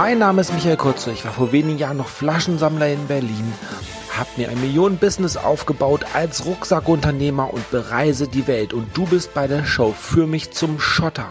Mein Name ist Michael Kurze. Ich war vor wenigen Jahren noch Flaschensammler in Berlin, habe mir ein Millionen-Business aufgebaut als Rucksackunternehmer und bereise die Welt. Und du bist bei der Show Für mich zum Schotter.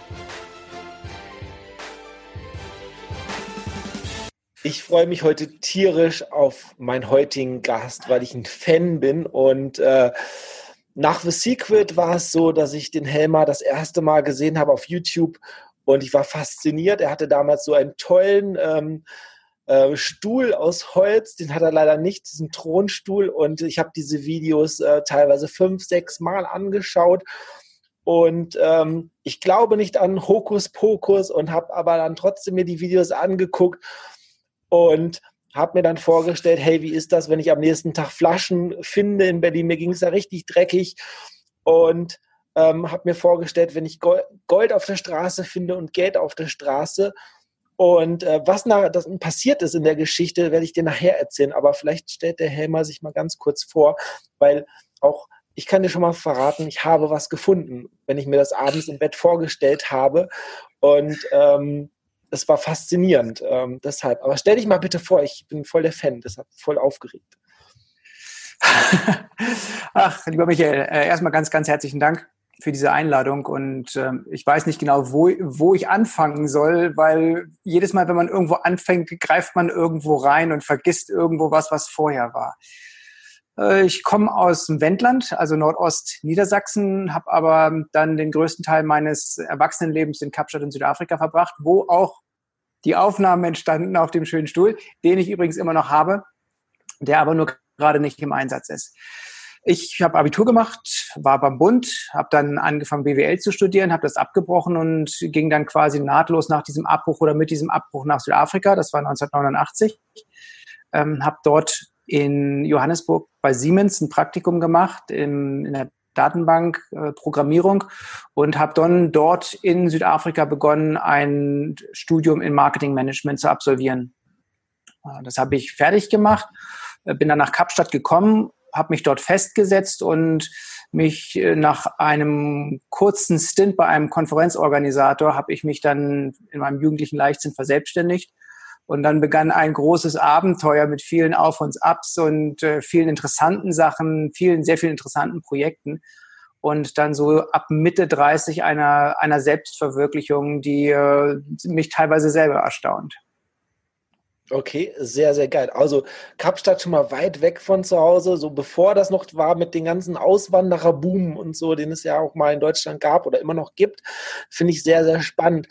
Ich freue mich heute tierisch auf meinen heutigen Gast, weil ich ein Fan bin. Und nach The Secret war es so, dass ich den Helmar das erste Mal gesehen habe auf YouTube. Und ich war fasziniert. Er hatte damals so einen tollen Stuhl aus Holz. Den hat er leider nicht, diesen Thronstuhl. Und ich habe diese Videos teilweise 5, 6 Mal angeschaut. Und ich glaube nicht an Hokuspokus und habe aber dann trotzdem mir die Videos angeguckt und habe mir dann vorgestellt, hey, wie ist das, wenn ich am nächsten Tag Flaschen finde in Berlin? Mir ging es da richtig dreckig. Und habe mir vorgestellt, wenn ich Gold auf der Straße finde und Geld auf der Straße. Und was passiert ist in der Geschichte, werde ich dir nachher erzählen. Aber vielleicht stellt der Helmar sich mal ganz kurz vor, weil auch ich kann dir schon mal verraten, ich habe was gefunden, wenn ich mir das abends im Bett vorgestellt habe. Und es war faszinierend. Deshalb. Aber stell dich mal bitte vor, ich bin voll der Fan, deshalb voll aufgeregt. Ach, lieber Michael, erstmal ganz, ganz herzlichen Dank für diese Einladung und ich weiß nicht genau, wo ich anfangen soll, weil jedes Mal, wenn man irgendwo anfängt, greift man irgendwo rein und vergisst irgendwo was vorher war. Ich komme aus dem Wendland, also Nordost-Niedersachsen, habe aber dann den größten Teil meines Erwachsenenlebens in Kapstadt in Südafrika verbracht, wo auch die Aufnahmen entstanden auf dem schönen Stuhl, den ich übrigens immer noch habe, der aber nur gerade nicht im Einsatz ist. Ich habe Abitur gemacht, war beim Bund, habe dann angefangen BWL zu studieren, habe das abgebrochen und ging dann quasi nahtlos nach diesem Abbruch oder mit diesem Abbruch nach Südafrika. Das war 1989. Habe dort in Johannesburg bei Siemens ein Praktikum gemacht in der Datenbank Programmierung und habe dann dort in Südafrika begonnen, ein Studium in Marketingmanagement zu absolvieren. Das habe ich fertig gemacht, bin dann nach Kapstadt gekommen, habe mich dort festgesetzt und mich nach einem kurzen Stint bei einem Konferenzorganisator habe ich mich dann in meinem jugendlichen Leichtsinn verselbstständigt. Und dann begann ein großes Abenteuer mit vielen Auf- und Abs und vielen interessanten Sachen, sehr vielen interessanten Projekten. Und dann so ab Mitte 30 einer Selbstverwirklichung, die mich teilweise selber erstaunt. Okay, sehr, sehr geil. Also Kapstadt schon mal weit weg von zu Hause, so bevor das noch war mit den ganzen Auswandererboom und so, den es ja auch mal in Deutschland gab oder immer noch gibt, finde ich sehr, sehr spannend.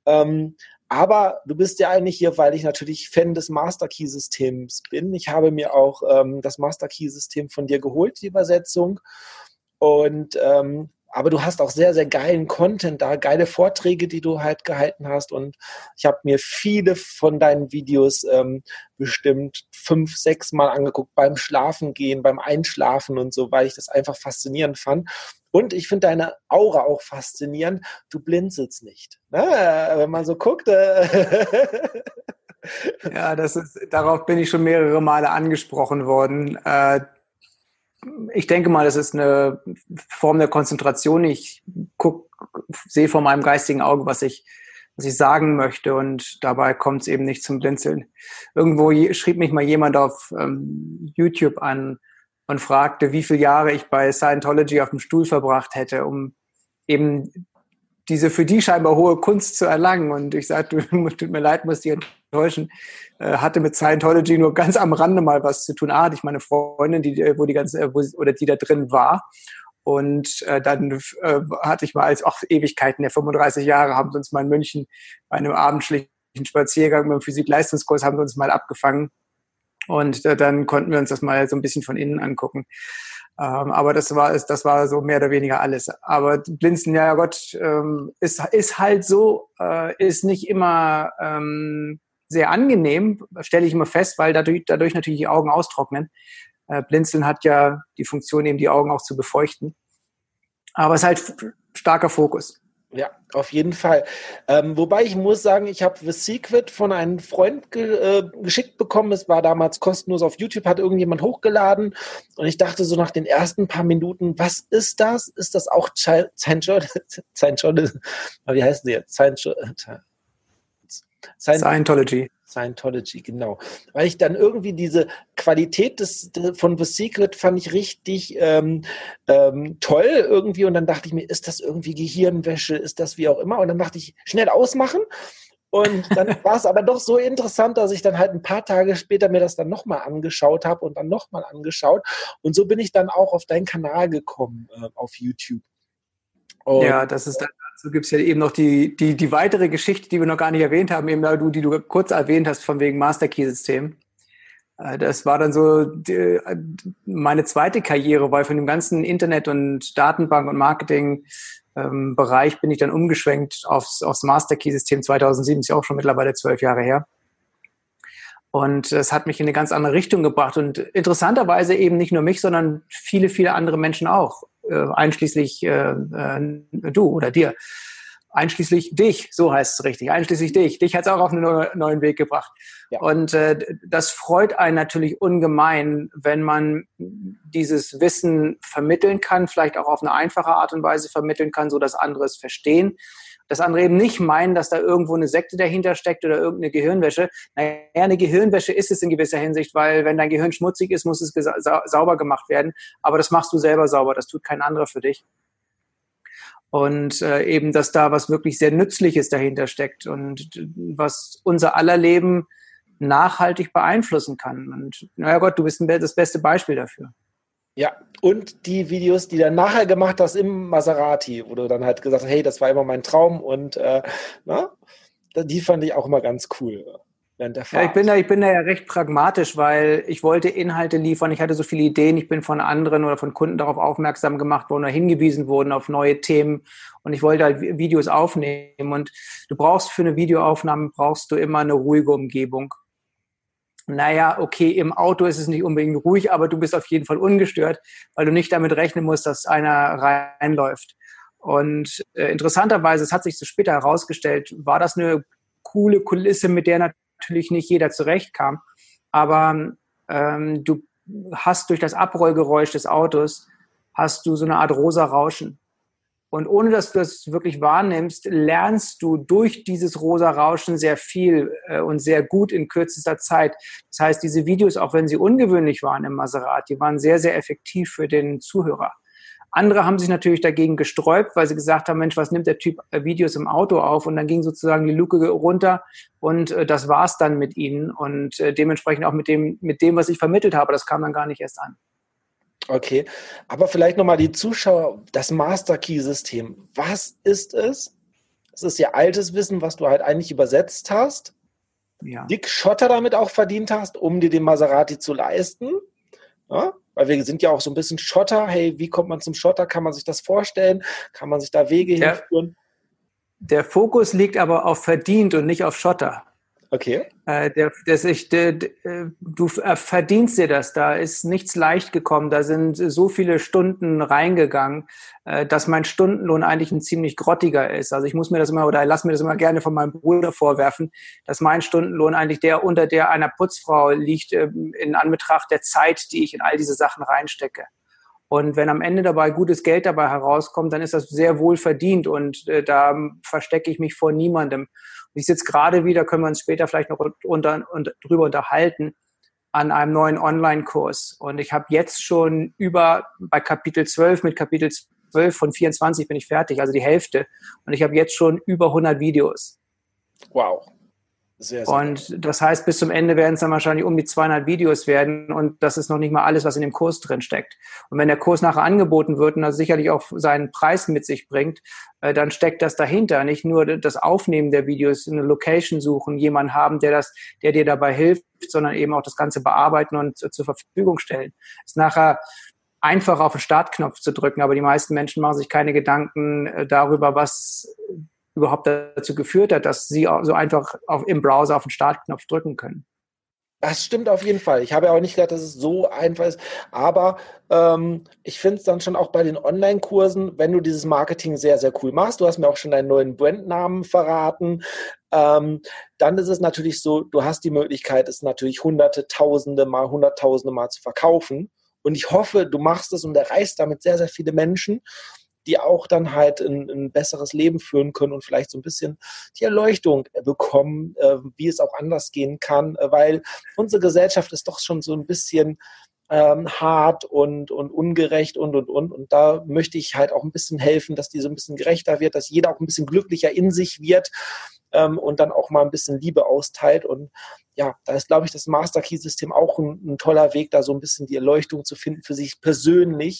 Aber du bist ja eigentlich hier, weil ich natürlich Fan des Master Key Systems bin. Ich habe mir auch das Master Key System von dir geholt, die Übersetzung. Und aber du hast auch sehr, sehr geilen Content da, geile Vorträge, die du halt gehalten hast. Und ich habe mir viele von deinen Videos bestimmt 5, 6 Mal angeguckt, beim Schlafengehen, beim Einschlafen und so, weil ich das einfach faszinierend fand. Und ich finde deine Aura auch faszinierend. Du blinzelst nicht. Ne? Wenn man so guckt. Ja, darauf bin ich schon mehrere Male angesprochen worden. Ich denke mal, das ist eine Form der Konzentration. Ich sehe vor meinem geistigen Auge, was ich sagen möchte, und dabei kommt es eben nicht zum Blinzeln. Irgendwo schrieb mich mal jemand auf YouTube an und fragte, wie viele Jahre ich bei Scientology auf dem Stuhl verbracht hätte, um eben diese für die scheinbar hohe Kunst zu erlangen. Und ich sagte, tut mir leid, muss dich enttäuschen, hatte mit Scientology nur ganz am Rande mal was zu tun. Hatte ich meine Freundin, die da drin war. Und dann hatte ich mal als Ewigkeiten der 35 Jahre, haben sie uns mal in München bei einem abendlichen Spaziergang mit dem Physik-Leistungskurs haben sie uns mal abgefangen. Und dann konnten wir uns das mal so ein bisschen von innen angucken. Aber das war so mehr oder weniger alles. Aber Blinzeln, ja Gott, ist halt so, ist nicht immer sehr angenehm, stelle ich immer fest, weil dadurch natürlich die Augen austrocknen. Blinzeln hat ja die Funktion, eben die Augen auch zu befeuchten. Aber es ist halt starker Fokus. Ja, auf jeden Fall. Wobei ich muss sagen, ich habe The Secret von einem Freund geschickt bekommen. Es war damals kostenlos auf YouTube, hat irgendjemand hochgeladen. Und ich dachte so nach den ersten paar Minuten, was ist das? Ist das auch Scientology? Wie heißt sie jetzt? Scientology. Scientology, genau. Weil ich dann irgendwie diese Qualität von The Secret fand ich richtig toll irgendwie und dann dachte ich mir, ist das irgendwie Gehirnwäsche, ist das wie auch immer? Und dann dachte ich, schnell ausmachen und dann war es aber doch so interessant, dass ich dann halt ein paar Tage später mir das dann nochmal angeschaut habe und dann nochmal angeschaut und so bin ich dann auch auf deinen Kanal gekommen auf YouTube. Ja, das ist dann, dazu gibt es ja eben noch die weitere Geschichte, die wir noch gar nicht erwähnt haben, eben die du kurz erwähnt hast, von wegen Master Key System. Das war dann so meine zweite Karriere, weil von dem ganzen Internet und Datenbank und Marketing Bereich bin ich dann umgeschwenkt aufs Master Key System 2007, ist ja auch schon mittlerweile 12 Jahre her. Und es hat mich in eine ganz andere Richtung gebracht und interessanterweise eben nicht nur mich, sondern viele, viele andere Menschen auch, einschließlich du oder dir. Einschließlich dich, so heißt es richtig, einschließlich dich. Dich hat es auch auf einen neuen Weg gebracht. Ja. Und das freut einen natürlich ungemein, wenn man dieses Wissen vermitteln kann, vielleicht auch auf eine einfache Art und Weise vermitteln kann, so dass andere es verstehen. Dass andere eben nicht meinen, dass da irgendwo eine Sekte dahinter steckt oder irgendeine Gehirnwäsche. Naja, eine Gehirnwäsche ist es in gewisser Hinsicht, weil wenn dein Gehirn schmutzig ist, muss es sauber gemacht werden. Aber das machst du selber sauber, das tut kein anderer für dich. Und eben, dass da was wirklich sehr Nützliches dahinter steckt und was unser aller Leben nachhaltig beeinflussen kann. Und naja Gott, du bist das beste Beispiel dafür. Ja, und die Videos, die dann nachher gemacht hast im Maserati, wo du dann halt gesagt hast, hey, das war immer mein Traum und die fand ich auch immer ganz cool. während der Fahrt. Ja, ich bin da ja recht pragmatisch, weil ich wollte Inhalte liefern. Ich hatte so viele Ideen. Ich bin von anderen oder von Kunden darauf aufmerksam gemacht worden oder hingewiesen worden auf neue Themen. Und ich wollte halt Videos aufnehmen. Und du brauchst für eine Videoaufnahme brauchst du immer eine ruhige Umgebung. Naja, okay, im Auto ist es nicht unbedingt ruhig, aber du bist auf jeden Fall ungestört, weil du nicht damit rechnen musst, dass einer reinläuft. Und interessanterweise, es hat sich so später herausgestellt, war das eine coole Kulisse, mit der natürlich nicht jeder zurechtkam. Aber du hast durch das Abrollgeräusch des Autos, hast du so eine Art rosa Rauschen. Und ohne dass du das wirklich wahrnimmst, lernst du durch dieses rosa Rauschen sehr viel und sehr gut in kürzester Zeit. Das heißt, diese Videos, auch wenn sie ungewöhnlich waren im Maserati, waren sehr, sehr effektiv für den Zuhörer. Andere haben sich natürlich dagegen gesträubt, weil sie gesagt haben, Mensch, was nimmt der Typ Videos im Auto auf? Und dann ging sozusagen die Luke runter und das war's dann mit ihnen. Und dementsprechend auch mit dem, was ich vermittelt habe, das kam dann gar nicht erst an. Okay, aber vielleicht nochmal die Zuschauer, das Master Key System. Was ist es? Es ist ja altes Wissen, was du halt eigentlich übersetzt hast. Ja. Dick Schotter damit auch verdient hast, um dir den Maserati zu leisten. Ja? Weil wir sind ja auch so ein bisschen Schotter. Hey, wie kommt man zum Schotter? Kann man sich das vorstellen? Kann man sich da Wege hinführen? Der Fokus liegt aber auf verdient und nicht auf Schotter. Okay. Du verdienst dir das. Da ist nichts leicht gekommen. Da sind so viele Stunden reingegangen, dass mein Stundenlohn eigentlich ein ziemlich grottiger ist. Also ich muss mir das immer oder lass mir das immer gerne von meinem Bruder vorwerfen, dass mein Stundenlohn eigentlich unter der einer Putzfrau liegt in Anbetracht der Zeit, die ich in all diese Sachen reinstecke. Und wenn am Ende dabei gutes Geld dabei herauskommt, dann ist das sehr wohl verdient und da verstecke ich mich vor niemandem. Und ich sitze gerade wieder, können wir uns später vielleicht noch drüber unterhalten, an einem neuen Online-Kurs. Und ich habe jetzt schon bei Kapitel 12, mit Kapitel 12 von 24 bin ich fertig, also die Hälfte. Und ich habe jetzt schon über 100 Videos. Wow. Sehr, sehr und das heißt, bis zum Ende werden es dann wahrscheinlich um die 200 Videos werden und das ist noch nicht mal alles, was in dem Kurs drin steckt. Und wenn der Kurs nachher angeboten wird und das sicherlich auch seinen Preis mit sich bringt, dann steckt das dahinter. Nicht nur das Aufnehmen der Videos, eine Location suchen, jemanden haben, der dir dabei hilft, sondern eben auch das Ganze bearbeiten und zur Verfügung stellen. Ist nachher einfach auf den Startknopf zu drücken, aber die meisten Menschen machen sich keine Gedanken darüber, was überhaupt dazu geführt hat, dass sie so einfach im Browser auf den Startknopf drücken können. Das stimmt auf jeden Fall. Ich habe ja auch nicht gedacht, dass es so einfach ist, aber ich finde es dann schon auch bei den Online-Kursen, wenn du dieses Marketing sehr, sehr cool machst, du hast mir auch schon deinen neuen Brandnamen verraten, dann ist es natürlich so, du hast die Möglichkeit, es natürlich Hunderttausende Mal zu verkaufen und ich hoffe, du machst es und erreichst damit sehr, sehr viele Menschen, die auch dann halt ein besseres Leben führen können und vielleicht so ein bisschen die Erleuchtung bekommen, wie es auch anders gehen kann, weil unsere Gesellschaft ist doch schon so ein bisschen hart und ungerecht und. Und da möchte ich halt auch ein bisschen helfen, dass die so ein bisschen gerechter wird, dass jeder auch ein bisschen glücklicher in sich wird und dann auch mal ein bisschen Liebe austeilt. Und ja, da ist, glaube ich, das Master Key-System auch ein toller Weg, da so ein bisschen die Erleuchtung zu finden für sich persönlich.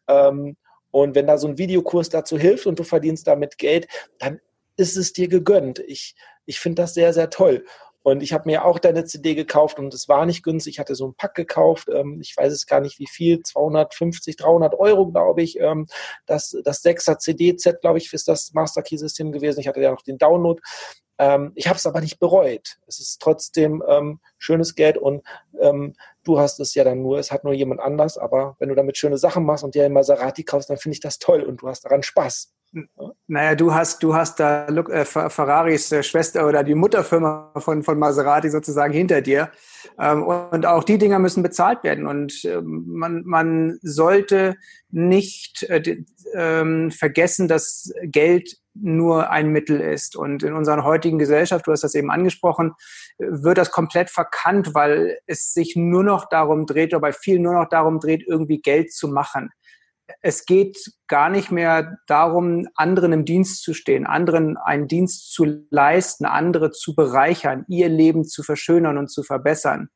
Und wenn da so ein Videokurs dazu hilft und du verdienst damit Geld, dann ist es dir gegönnt. Ich finde das sehr, sehr toll. Und ich habe mir auch deine CD gekauft und es war nicht günstig. Ich hatte so ein Pack gekauft. Ich weiß es gar nicht wie viel, 250, 300 Euro, glaube ich. Das 6er CD-Set, glaube ich, ist das Master Key-System gewesen. Ich hatte ja noch den Download. Ich habe es aber nicht bereut. Es ist trotzdem schönes Geld und du hast es ja dann nur, es hat nur jemand anders. Aber wenn du damit schöne Sachen machst und dir ein Maserati kaufst, dann finde ich das toll und du hast daran Spaß. Naja, du hast da Ferraris Schwester oder die Mutterfirma von Maserati sozusagen hinter dir. Und auch die Dinger müssen bezahlt werden. Und man sollte nicht vergessen, dass Geld nur ein Mittel ist. Und in unserer heutigen Gesellschaft, du hast das eben angesprochen, wird das komplett verkannt, weil es sich nur noch darum dreht, oder bei vielen nur noch darum dreht, irgendwie Geld zu machen. Es geht gar nicht mehr darum, anderen im Dienst zu stehen, anderen einen Dienst zu leisten, andere zu bereichern, ihr Leben zu verschönern und zu verbessern.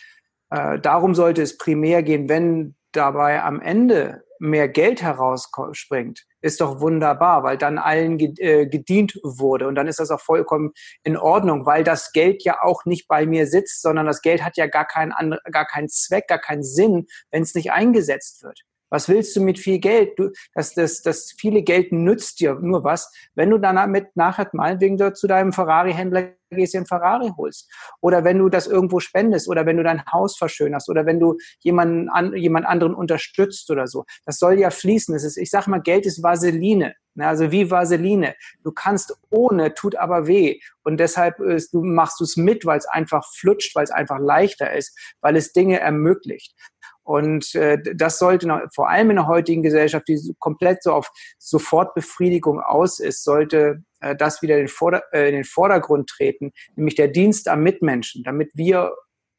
Darum sollte es primär gehen. Wenn dabei am Ende mehr Geld herausspringt, ist doch wunderbar, weil dann allen gedient wurde. Und dann ist das auch vollkommen in Ordnung, weil das Geld ja auch nicht bei mir sitzt, sondern das Geld hat ja gar keinen Zweck, gar keinen Sinn, wenn es nicht eingesetzt wird. Was willst du mit viel Geld? Das viele Geld nützt dir nur was, wenn du dann nachher meinetwegen zu deinem Ferrari-Händler gehst, dir einen Ferrari holst. Oder wenn du das irgendwo spendest oder wenn du dein Haus verschönerst oder wenn du jemand anderen unterstützt oder so. Das soll ja fließen. Ich sag mal, Geld ist Vaseline. Also wie Vaseline. Du kannst ohne, tut aber weh. Und deshalb machst du es mit, weil es einfach flutscht, weil es einfach leichter ist, weil es Dinge ermöglicht. Und das sollte vor allem in der heutigen Gesellschaft, die komplett so auf Sofortbefriedigung aus ist, sollte das wieder in den Vordergrund treten, nämlich der Dienst am Mitmenschen, damit wir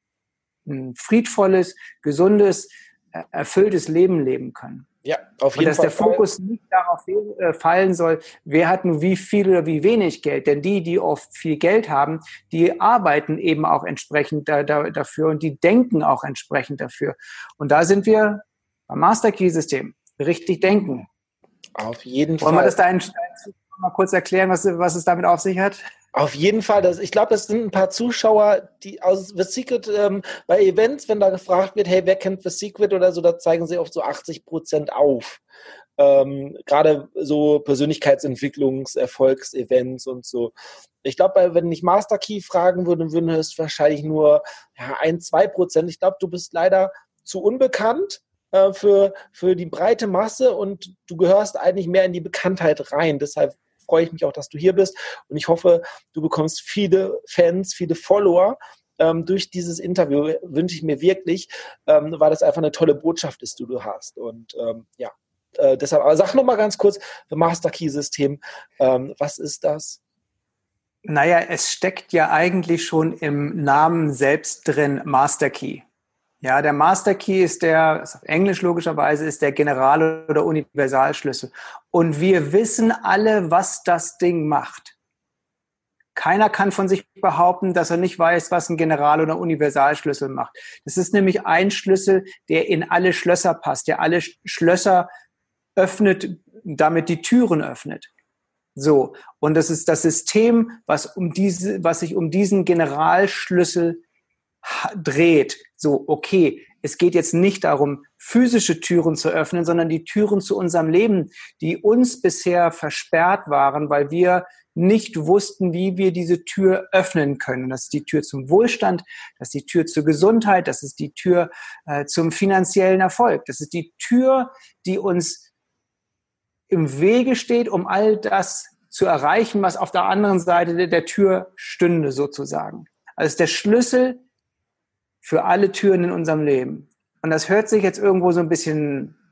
ein friedvolles, gesundes, erfülltes Leben leben können. Ja, auf jeden Fall. Und dass der Fokus nicht darauf fallen soll, wer hat nun wie viel oder wie wenig Geld. Denn die oft viel Geld haben, die arbeiten eben auch entsprechend dafür und die denken auch entsprechend dafür. Und da sind wir beim Master Key-System. Richtig denken. Auf jeden Fall. Wollen wir das da mal kurz erklären, was es damit auf sich hat? Auf jeden Fall. Ich glaube, das sind ein paar Zuschauer, die aus The Secret bei Events, wenn da gefragt wird, hey, wer kennt The Secret oder so, da zeigen sie oft so 80% auf. Gerade so Persönlichkeitsentwicklungs-Erfolgsevents und so. Ich glaube, wenn ich Master Key fragen würde, würden es wahrscheinlich nur 1-2%. Ich glaube, du bist leider zu unbekannt für die breite Masse und du gehörst eigentlich mehr in die Bekanntheit rein. Deshalb freue ich mich auch, dass du hier bist und ich hoffe, du bekommst viele Fans, viele Follower durch dieses Interview, wünsche ich mir wirklich, weil das einfach eine tolle Botschaft ist, die du hast und deshalb, aber sag noch mal ganz kurz, das Master Key System, was ist das? Naja, es steckt ja eigentlich schon im Namen selbst drin, Master Key. Ja, der Master Key ist auf Englisch logischerweise, ist der General- oder Universalschlüssel. Und wir wissen alle, was das Ding macht. Keiner kann von sich behaupten, dass er nicht weiß, was ein General- oder Universalschlüssel macht. Das ist nämlich ein Schlüssel, der in alle Schlösser passt, der alle Schlösser öffnet, damit die Türen öffnet. So. Und das ist das System, was sich um diesen Generalschlüssel dreht. So, okay, es geht jetzt nicht darum, physische Türen zu öffnen, sondern die Türen zu unserem Leben, die uns bisher versperrt waren, weil wir nicht wussten, wie wir diese Tür öffnen können. Das ist die Tür zum Wohlstand, das ist die Tür zur Gesundheit, das ist die Tür zum finanziellen Erfolg. Das ist die Tür, die uns im Wege steht, um all das zu erreichen, was auf der anderen Seite der Tür stünde, sozusagen. Also der Schlüssel für alle Türen in unserem Leben. Und das hört sich jetzt irgendwo so ein bisschen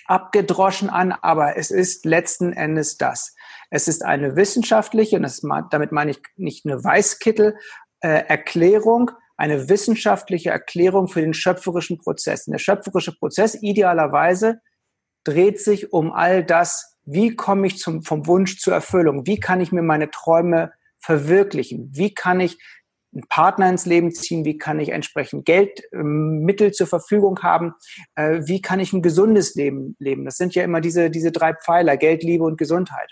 abgedroschen an, aber es ist letzten Endes das. Es ist eine wissenschaftliche, und damit meine ich nicht eine Weißkittel-Erklärung, eine wissenschaftliche Erklärung für den schöpferischen Prozess. Und der schöpferische Prozess idealerweise dreht sich um all das, wie komme ich vom Wunsch zur Erfüllung? Wie kann ich mir meine Träume verwirklichen? Wie kann ich einen Partner ins Leben ziehen? Wie kann ich entsprechend Geldmittel zur Verfügung haben? Wie kann ich ein gesundes Leben leben? Das sind ja immer diese 3 Pfeiler, Geld, Liebe und Gesundheit.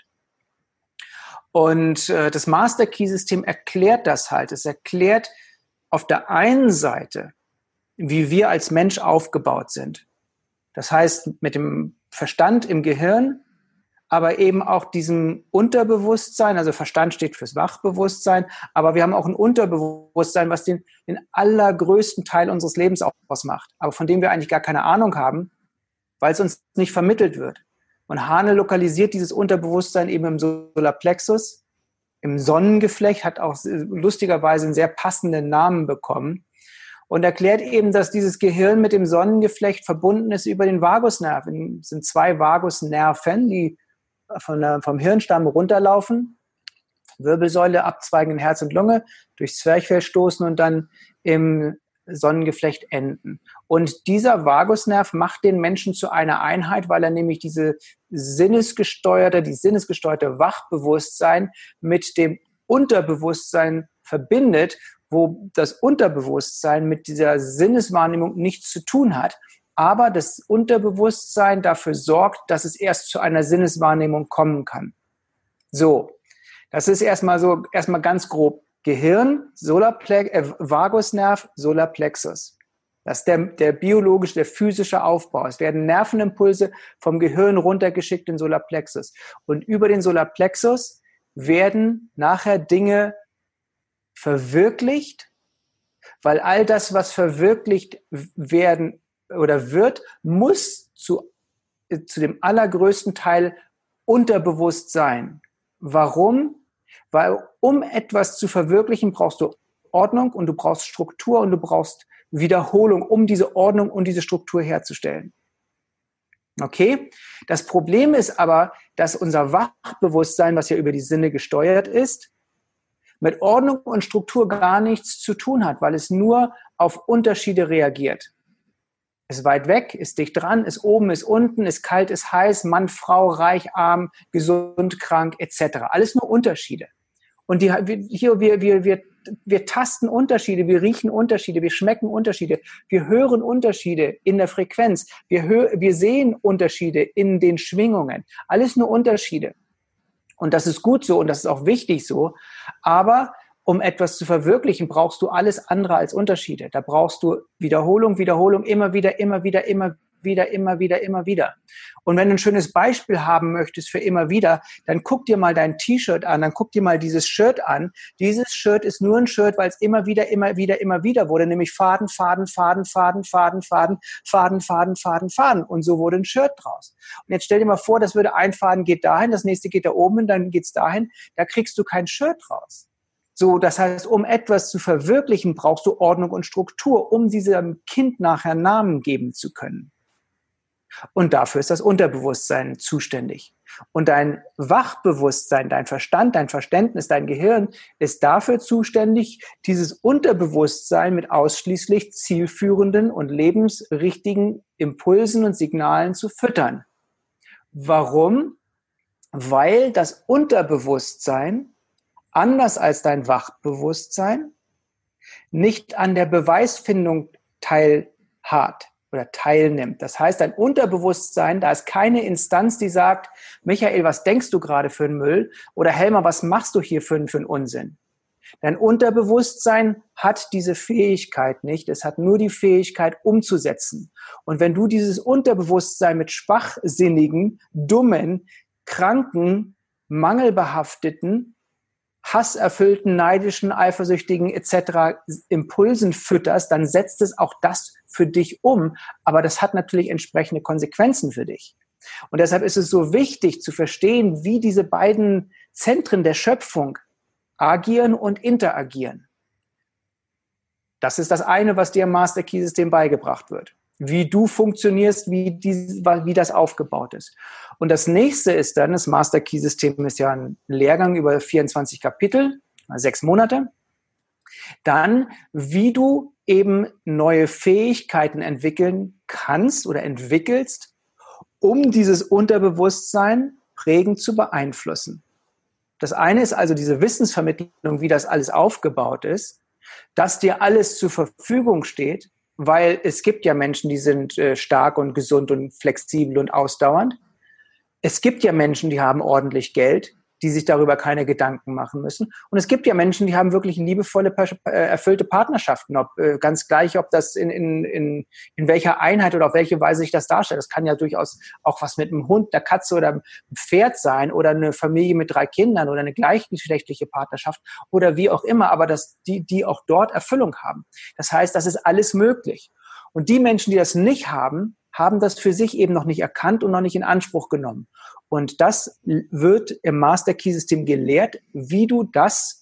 Und das Master Key System erklärt das halt. Es erklärt auf der einen Seite, wie wir als Mensch aufgebaut sind. Das heißt, mit dem Verstand im Gehirn, aber eben auch diesem Unterbewusstsein, also Verstand steht fürs Wachbewusstsein, aber wir haben auch ein Unterbewusstsein, was den allergrößten Teil unseres Lebens ausmacht, aber von dem wir eigentlich gar keine Ahnung haben, weil es uns nicht vermittelt wird. Und Hane lokalisiert dieses Unterbewusstsein eben im Solarplexus, im Sonnengeflecht, hat auch lustigerweise einen sehr passenden Namen bekommen und erklärt eben, dass dieses Gehirn mit dem Sonnengeflecht verbunden ist über den Vagusnerv. Es sind 2 Vagusnerven, die vom Hirnstamm runterlaufen, Wirbelsäule abzweigen in Herz und Lunge, durchs Zwerchfell stoßen und dann im Sonnengeflecht enden. Und dieser Vagusnerv macht den Menschen zu einer Einheit, weil er nämlich die sinnesgesteuerte Wachbewusstsein mit dem Unterbewusstsein verbindet, wo das Unterbewusstsein mit dieser Sinneswahrnehmung nichts zu tun hat, aber das Unterbewusstsein dafür sorgt, dass es erst zu einer Sinneswahrnehmung kommen kann. So, das ist erstmal ganz grob. Gehirn, Vagusnerv, Solarplexus. Das ist der biologische, der physische Aufbau. Es werden Nervenimpulse vom Gehirn runtergeschickt in den Solarplexus. Und über den Solarplexus werden nachher Dinge verwirklicht, weil all das, was verwirklicht werden oder wird, muss zu dem allergrößten Teil unterbewusst sein. Warum? Weil um etwas zu verwirklichen, brauchst du Ordnung und du brauchst Struktur und du brauchst Wiederholung, um diese Ordnung und diese Struktur herzustellen. Okay? Das Problem ist aber, dass unser Wachbewusstsein, was ja über die Sinne gesteuert ist, mit Ordnung und Struktur gar nichts zu tun hat, weil es nur auf Unterschiede reagiert. Ist weit weg, ist dicht dran, ist oben, ist unten, ist kalt, ist heiß, Mann, Frau, reich, arm, gesund, krank, etc. Alles nur Unterschiede. Und wir tasten Unterschiede, wir riechen Unterschiede, wir schmecken Unterschiede, wir hören Unterschiede in der Frequenz, wir sehen Unterschiede in den Schwingungen. Alles nur Unterschiede. Und das ist gut so und das ist auch wichtig so. Aber um etwas zu verwirklichen, brauchst du alles andere als Unterschiede. Da brauchst du Wiederholung, immer wieder. Und wenn du ein schönes Beispiel haben möchtest für immer wieder, dann guck dir mal dein T-Shirt an, dann guck dir mal dieses Shirt an. Dieses Shirt ist nur ein Shirt, weil es immer wieder wurde, nämlich Faden. Und so wurde ein Shirt draus. Und jetzt stell dir mal vor, das würde ein Faden geht dahin, das nächste geht da oben, dann geht's dahin. Da kriegst du kein Shirt raus. So, das heißt, um etwas zu verwirklichen, brauchst du Ordnung und Struktur, um diesem Kind nachher Namen geben zu können. Und dafür ist das Unterbewusstsein zuständig. Und dein Wachbewusstsein, dein Verstand, dein Verständnis, dein Gehirn ist dafür zuständig, dieses Unterbewusstsein mit ausschließlich zielführenden und lebensrichtigen Impulsen und Signalen zu füttern. Warum? Weil das Unterbewusstsein anders als dein Wachbewusstsein nicht an der Beweisfindung teilhat oder teilnimmt. Das heißt, dein Unterbewusstsein, da ist keine Instanz, die sagt, Michael, was denkst du gerade für einen Müll? Oder Helma, was machst du hier für einen Unsinn? Dein Unterbewusstsein hat diese Fähigkeit nicht. Es hat nur die Fähigkeit, umzusetzen. Und wenn du dieses Unterbewusstsein mit schwachsinnigen, dummen, kranken, mangelbehafteten, hasserfüllten, neidischen, eifersüchtigen etc. Impulsen fütterst, dann setzt es auch das für dich um. Aber das hat natürlich entsprechende Konsequenzen für dich. Und deshalb ist es so wichtig zu verstehen, wie diese beiden Zentren der Schöpfung agieren und interagieren. Das ist das eine, was dir im Master Key System beigebracht wird. wie du funktionierst, wie das aufgebaut ist. Und das nächste ist dann, das Master Key System ist ja ein Lehrgang über 24 Kapitel, 6 Monate. Dann, wie du eben neue Fähigkeiten entwickeln kannst oder entwickelst, um dieses Unterbewusstsein prägend zu beeinflussen. Das eine ist also diese Wissensvermittlung, wie das alles aufgebaut ist, dass dir alles zur Verfügung steht, weil es gibt ja Menschen, die sind stark und gesund und flexibel und ausdauernd. Es gibt ja Menschen, die haben ordentlich Geld, die sich darüber keine Gedanken machen müssen. Und es gibt ja Menschen, die haben wirklich liebevolle, erfüllte Partnerschaften. Ganz gleich, ob das in welcher Einheit oder auf welche Weise sich das darstellt. Das kann ja durchaus auch was mit einem Hund, einer Katze oder einem Pferd sein oder eine Familie mit 3 Kindern oder eine gleichgeschlechtliche Partnerschaft oder wie auch immer, aber die auch dort Erfüllung haben. Das heißt, das ist alles möglich. Und die Menschen, die das nicht haben, haben das für sich eben noch nicht erkannt und noch nicht in Anspruch genommen. Und das wird im Master Key System gelehrt, wie du das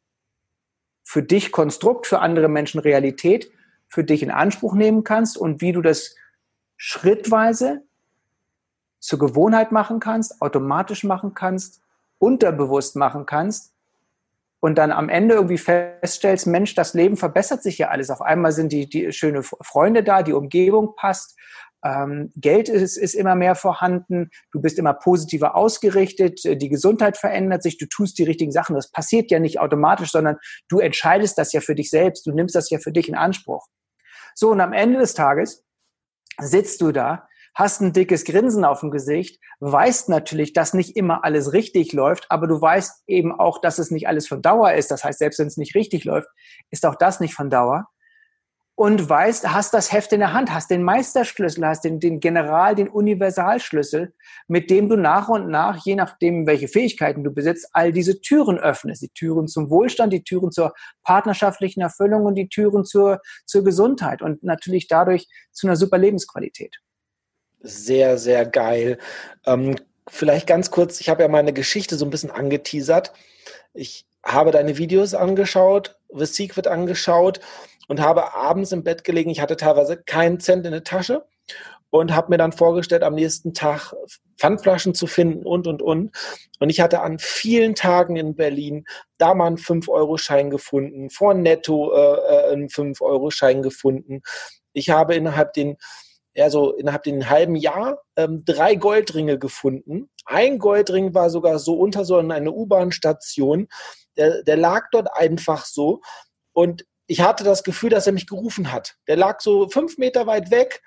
für dich Konstrukt, für andere Menschen Realität, für dich in Anspruch nehmen kannst und wie du das schrittweise zur Gewohnheit machen kannst, automatisch machen kannst, unterbewusst machen kannst und dann am Ende irgendwie feststellst, Mensch, das Leben verbessert sich ja alles. Auf einmal sind die schöne Freunde da, die Umgebung passt, Geld ist immer mehr vorhanden, du bist immer positiver ausgerichtet, die Gesundheit verändert sich, du tust die richtigen Sachen. Das passiert ja nicht automatisch, sondern du entscheidest das ja für dich selbst, du nimmst das ja für dich in Anspruch. So, und am Ende des Tages sitzt du da, hast ein dickes Grinsen auf dem Gesicht, weißt natürlich, dass nicht immer alles richtig läuft, aber du weißt eben auch, dass es nicht alles von Dauer ist. Das heißt, selbst wenn es nicht richtig läuft, ist auch das nicht von Dauer. Und weißt, hast das Heft in der Hand, hast den Meisterschlüssel, hast den General, den Universalschlüssel, mit dem du nach und nach, je nachdem, welche Fähigkeiten du besitzt, all diese Türen öffnest. Die Türen zum Wohlstand, die Türen zur partnerschaftlichen Erfüllung und die Türen zur Gesundheit und natürlich dadurch zu einer super Lebensqualität. Sehr, sehr geil. Vielleicht ganz kurz, ich habe ja meine Geschichte so ein bisschen angeteasert. Ich habe deine Videos angeschaut, The Secret angeschaut und habe abends im Bett gelegen. Ich hatte teilweise keinen Cent in der Tasche und habe mir dann vorgestellt, am nächsten Tag Pfandflaschen zu finden und. Und ich hatte an vielen Tagen in Berlin da mal einen 5-Euro-Schein gefunden, vor Netto einen 5-Euro-Schein gefunden. Ich habe innerhalb dem halben Jahr 3 Goldringe gefunden. Ein Goldring war sogar so unter so einer U-Bahn-Station. Der lag dort einfach so. Und ich hatte das Gefühl, dass er mich gerufen hat. Der lag so 5 Meter weit weg.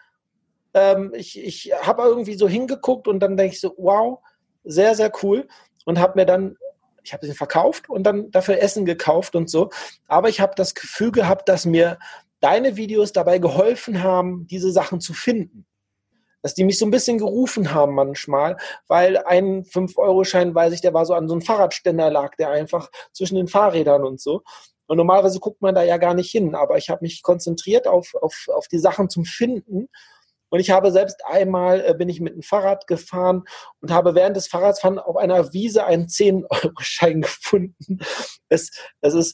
Ich habe irgendwie so hingeguckt und dann denke ich so, wow, sehr, sehr cool. Und ich habe den verkauft und dann dafür Essen gekauft und so. Aber ich habe das Gefühl gehabt, dass mir deine Videos dabei geholfen haben, diese Sachen zu finden. Dass die mich so ein bisschen gerufen haben manchmal, weil ein 5-Euro-Schein, weiß ich, der war so an so einem Fahrradständer, lag der einfach zwischen den Fahrrädern und so. Und normalerweise guckt man da ja gar nicht hin, aber ich habe mich konzentriert auf die Sachen zum Finden. Und ich habe selbst einmal, bin ich mit dem Fahrrad gefahren und habe während des Fahrradfahrens auf einer Wiese einen 10-Euro-Schein gefunden. Es ist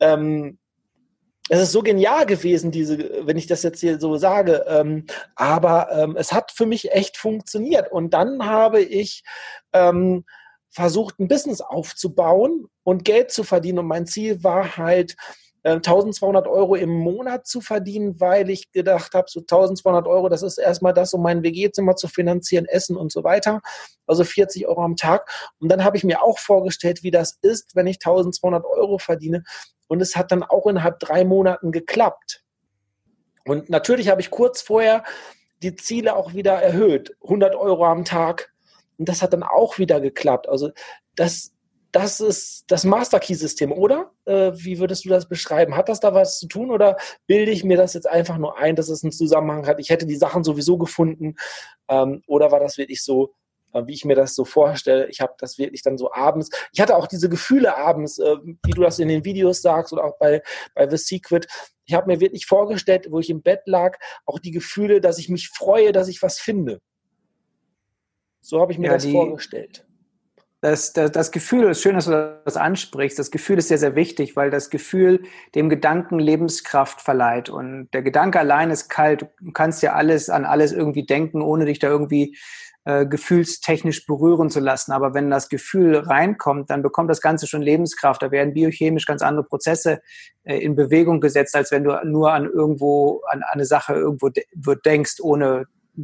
so genial gewesen, wenn ich das jetzt hier so sage. Aber es hat für mich echt funktioniert. Und dann habe ich versucht, ein Business aufzubauen und Geld zu verdienen. Und mein Ziel war halt, 1.200 Euro im Monat zu verdienen, weil ich gedacht habe, so 1.200 Euro, das ist erstmal das, um mein WG-Zimmer zu finanzieren, Essen und so weiter. Also 40 Euro am Tag. Und dann habe ich mir auch vorgestellt, wie das ist, wenn ich 1.200 Euro verdiene. Und es hat dann auch innerhalb 3 Monaten geklappt. Und natürlich habe ich kurz vorher die Ziele auch wieder erhöht. 100 Euro am Tag. Und das hat dann auch wieder geklappt. Also das ist das Master Key System, oder? Wie würdest du das beschreiben? Hat das da was zu tun oder bilde ich mir das jetzt einfach nur ein, dass es einen Zusammenhang hat? Ich hätte die Sachen sowieso gefunden. Oder war das wirklich so, wie ich mir das so vorstelle? Ich habe das wirklich dann so abends. Ich hatte auch diese Gefühle abends, wie du das in den Videos sagst oder auch bei The Secret. Ich habe mir wirklich vorgestellt, wo ich im Bett lag, auch die Gefühle, dass ich mich freue, dass ich was finde. So habe ich mir das vorgestellt. Das Gefühl, es ist schön, dass du das ansprichst, das Gefühl ist sehr, sehr wichtig, weil das Gefühl dem Gedanken Lebenskraft verleiht. Und der Gedanke allein ist kalt. Du kannst ja an alles irgendwie denken, ohne dich da irgendwie gefühlstechnisch berühren zu lassen. Aber wenn das Gefühl reinkommt, dann bekommt das Ganze schon Lebenskraft. Da werden biochemisch ganz andere Prozesse in Bewegung gesetzt, als wenn du nur an eine Sache irgendwo denkst, ohne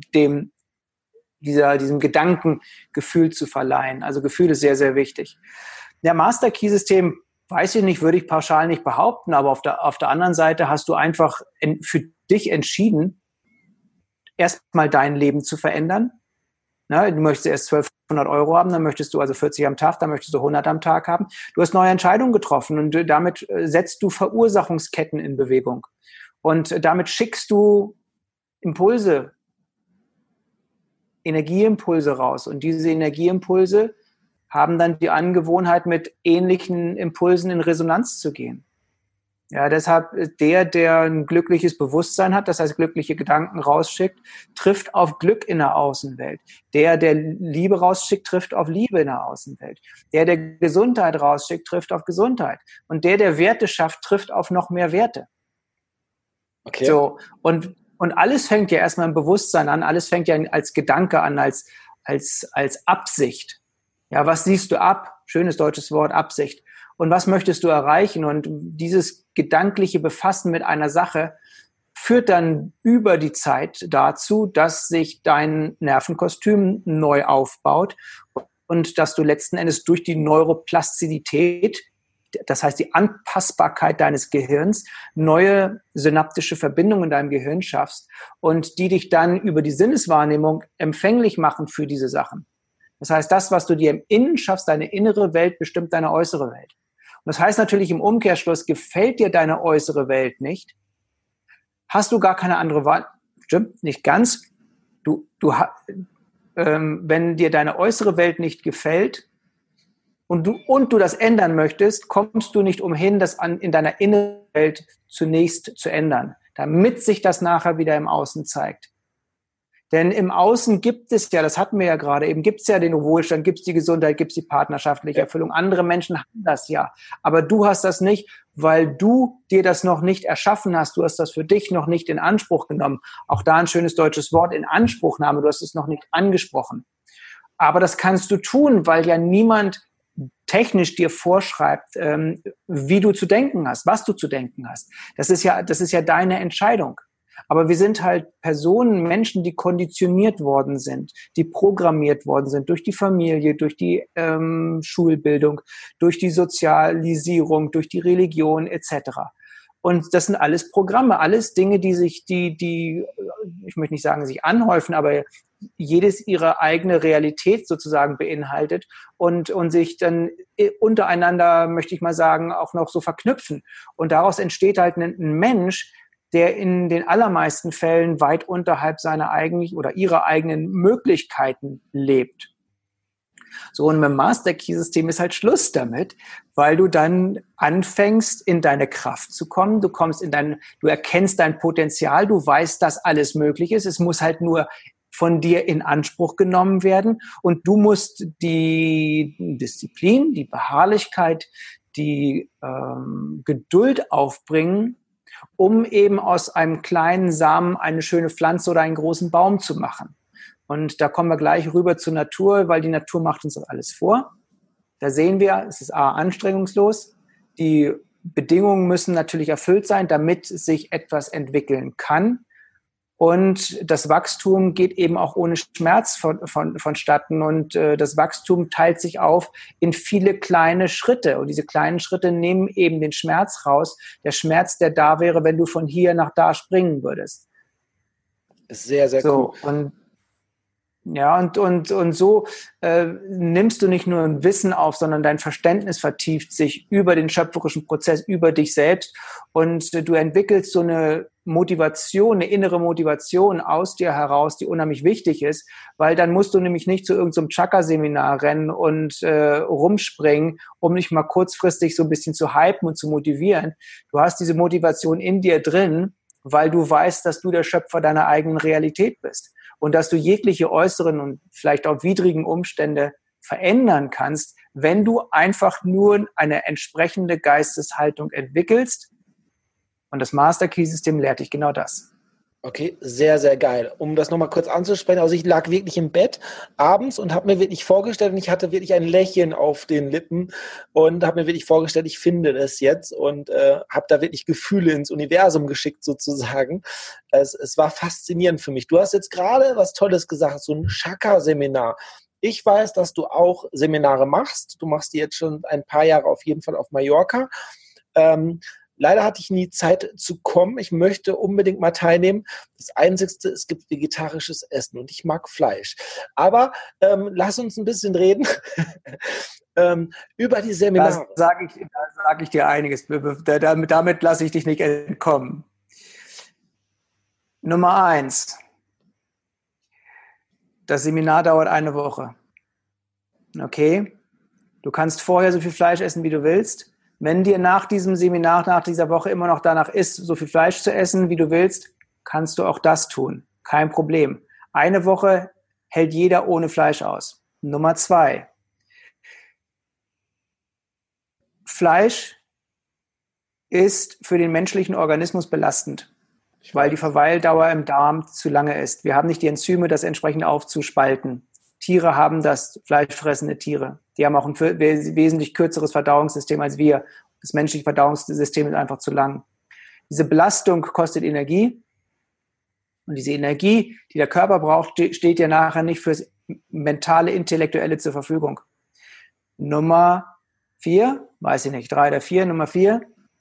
diesem Gedankengefühl zu verleihen. Also Gefühl ist sehr, sehr wichtig. Der Master Key System, weiß ich nicht, würde ich pauschal nicht behaupten, aber auf der anderen Seite hast du einfach für dich entschieden, erstmal dein Leben zu verändern. Na, du möchtest erst 1.200 Euro haben, dann möchtest du also 40 am Tag, dann möchtest du 100 am Tag haben. Du hast neue Entscheidungen getroffen und damit setzt du Verursachungsketten in Bewegung. Und damit schickst du Impulse, Energieimpulse raus. Und diese Energieimpulse haben dann die Angewohnheit, mit ähnlichen Impulsen in Resonanz zu gehen. Ja, deshalb der ein glückliches Bewusstsein hat, das heißt glückliche Gedanken rausschickt, trifft auf Glück in der Außenwelt. Der Liebe rausschickt, trifft auf Liebe in der Außenwelt. Der Gesundheit rausschickt, trifft auf Gesundheit. Und der Werte schafft, trifft auf noch mehr Werte. Okay. So, und alles fängt ja erstmal im Bewusstsein an, alles fängt ja als Gedanke an, als Absicht. Ja, was siehst du ab? Schönes deutsches Wort, Absicht. Und was möchtest du erreichen? Und dieses gedankliche Befassen mit einer Sache führt dann über die Zeit dazu, dass sich dein Nervenkostüm neu aufbaut und dass du letzten Endes durch die Neuroplastizität, das heißt die Anpassbarkeit deines Gehirns, neue synaptische Verbindungen in deinem Gehirn schaffst und die dich dann über die Sinneswahrnehmung empfänglich machen für diese Sachen. Das heißt, das, was du dir im Innen schaffst, deine innere Welt bestimmt deine äußere Welt. Und das heißt natürlich im Umkehrschluss, gefällt dir deine äußere Welt hast du gar keine andere Wahl. Stimmt, nicht ganz. Wenn dir deine äußere Welt nicht gefällt und du das ändern möchtest, kommst du nicht umhin, das in deiner inneren Welt zunächst zu ändern, damit sich das nachher wieder im Außen zeigt. Denn im Außen gibt es ja, das hatten wir ja gerade eben, gibt es ja den Wohlstand, gibt es die Gesundheit, gibt es die partnerschaftliche Erfüllung. Andere Menschen haben das ja, aber du hast das nicht, weil du dir das noch nicht erschaffen hast. Du hast das für dich noch nicht in Anspruch genommen. Auch da ein schönes deutsches Wort, Inanspruchnahme. Du hast es noch nicht angesprochen. Aber das kannst du tun, weil ja niemand technisch dir vorschreibt, wie du zu denken hast, was du zu denken hast. Das ist ja deine Entscheidung. Aber wir sind halt Personen, Menschen, die konditioniert worden sind, die programmiert worden sind durch die Familie, durch die Schulbildung, durch die Sozialisierung, durch die Religion etc. Und das sind alles Programme, alles Dinge, die ich möchte nicht sagen, sich anhäufen, aber jedes ihre eigene Realität sozusagen beinhaltet und sich dann untereinander, möchte ich mal sagen, auch noch so verknüpfen. Und daraus entsteht halt ein Mensch, der in den allermeisten Fällen weit unterhalb seiner eigenen oder ihrer eigenen Möglichkeiten lebt. So, und mit dem Master Key System ist halt Schluss damit, weil du dann anfängst, in deine Kraft zu kommen. Du erkennst dein Potenzial, du weißt, dass alles möglich ist. Es muss halt nur von dir in Anspruch genommen werden. Und du musst die Disziplin, die Beharrlichkeit, die Geduld aufbringen, um eben aus einem kleinen Samen eine schöne Pflanze oder einen großen Baum zu machen. Und da kommen wir gleich rüber zur Natur, weil die Natur macht uns das alles vor. Da sehen wir, es ist anstrengungslos. Die Bedingungen müssen natürlich erfüllt sein, damit sich etwas entwickeln kann. Und das Wachstum geht eben auch ohne Schmerz vonstatten. Und das Wachstum teilt sich auf in viele kleine Schritte. Und diese kleinen Schritte nehmen eben den Schmerz raus. Der Schmerz, der da wäre, wenn du von hier nach da springen würdest. Sehr, sehr cool. Und so nimmst du nicht nur ein Wissen auf, sondern dein Verständnis vertieft sich über den schöpferischen Prozess, über dich selbst und du entwickelst so eine Motivation, eine innere Motivation aus dir heraus, die unheimlich wichtig ist, weil dann musst du nämlich nicht zu irgendeinem Chakra-Seminar rennen und rumspringen, um dich mal kurzfristig so ein bisschen zu hypen und zu motivieren. Du hast diese Motivation in dir drin, weil du weißt, dass du der Schöpfer deiner eigenen Realität bist. Und dass du jegliche äußeren und vielleicht auch widrigen Umstände verändern kannst, wenn du einfach nur eine entsprechende Geisteshaltung entwickelst. Und das Master Key System lehrt dich genau das. Okay, sehr, sehr geil. Um das nochmal kurz anzusprechen, also ich lag wirklich im Bett abends und habe mir wirklich vorgestellt, und ich hatte wirklich ein Lächeln auf den Lippen und habe mir wirklich vorgestellt, ich finde das jetzt, und habe da wirklich Gefühle ins Universum geschickt sozusagen. Es war faszinierend für mich. Du hast jetzt gerade was Tolles gesagt, so ein Chakra-Seminar. Ich weiß, dass du auch Seminare machst. Du machst die jetzt schon ein paar Jahre auf jeden Fall auf Mallorca. Leider hatte ich nie Zeit zu kommen. Ich möchte unbedingt mal teilnehmen. Das Einzige, es gibt vegetarisches Essen und ich mag Fleisch. Aber lass uns ein bisschen reden über die Seminare. Da sag ich dir einiges. Damit lasse ich dich nicht entkommen. Nummer 1. Das Seminar dauert eine Woche. Okay? Du kannst vorher so viel Fleisch essen, wie du willst. Wenn dir nach diesem Seminar, nach dieser Woche immer noch danach ist, so viel Fleisch zu essen, wie du willst, kannst du auch das tun. Kein Problem. Eine Woche hält jeder ohne Fleisch aus. Nummer 2. Fleisch ist für den menschlichen Organismus belastend, weil die Verweildauer im Darm zu lange ist. Wir haben nicht die Enzyme, das entsprechend aufzuspalten. Tiere haben das, fleischfressende Tiere. Die haben auch ein wesentlich kürzeres Verdauungssystem als wir. Das menschliche Verdauungssystem ist einfach zu lang. Diese Belastung kostet Energie. Und diese Energie, die der Körper braucht, steht ja nachher nicht fürs mentale, intellektuelle zur Verfügung. Nummer 4, weiß ich nicht, 3 oder 4, Nummer 4.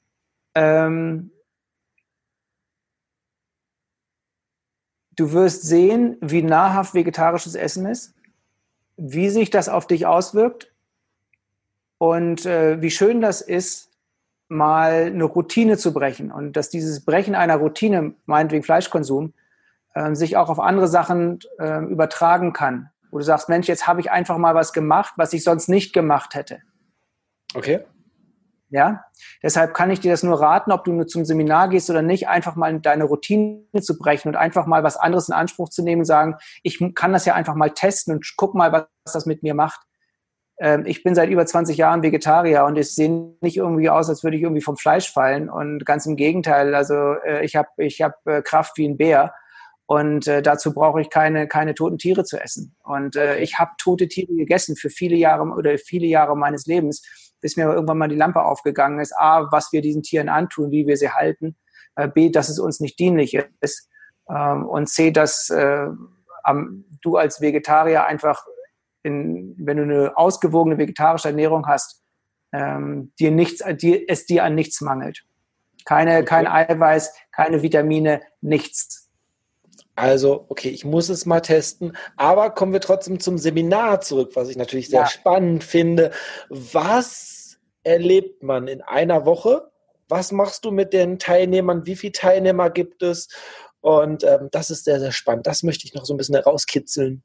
Du wirst sehen, wie nahrhaft vegetarisches Essen ist, wie sich das auf dich auswirkt und wie schön das ist, mal eine Routine zu brechen und dass dieses Brechen einer Routine, meinetwegen Fleischkonsum, sich auch auf andere Sachen übertragen kann. Wo du sagst, Mensch, jetzt habe ich einfach mal was gemacht, was ich sonst nicht gemacht hätte. Okay. Ja, deshalb kann ich dir das nur raten, ob du nur zum Seminar gehst oder nicht, einfach mal deine Routine zu brechen und einfach mal was anderes in Anspruch zu nehmen und sagen, ich kann das ja einfach mal testen und guck mal, was das mit mir macht. Ich bin seit über 20 Jahren Vegetarier und es sieht nicht irgendwie aus, als würde ich irgendwie vom Fleisch fallen, und ganz im Gegenteil, also ich hab Kraft wie ein Bär, und dazu brauche ich keine toten Tiere zu essen. Und ich habe tote Tiere gegessen für viele Jahre meines Lebens, bis mir irgendwann mal die Lampe aufgegangen ist. A, was wir diesen Tieren antun, wie wir sie halten. B, dass es uns nicht dienlich ist. Und C, dass du als Vegetarier einfach, wenn du eine ausgewogene vegetarische Ernährung hast, es dir an nichts mangelt. Kein Eiweiß, keine Vitamine, nichts. Also, okay, ich muss es mal testen, aber kommen wir trotzdem zum Seminar zurück, was ich natürlich sehr spannend finde. Was erlebt man in einer Woche? Was machst du mit den Teilnehmern? Wie viele Teilnehmer gibt es? Und das ist sehr, sehr spannend. Das möchte ich noch so ein bisschen herauskitzeln.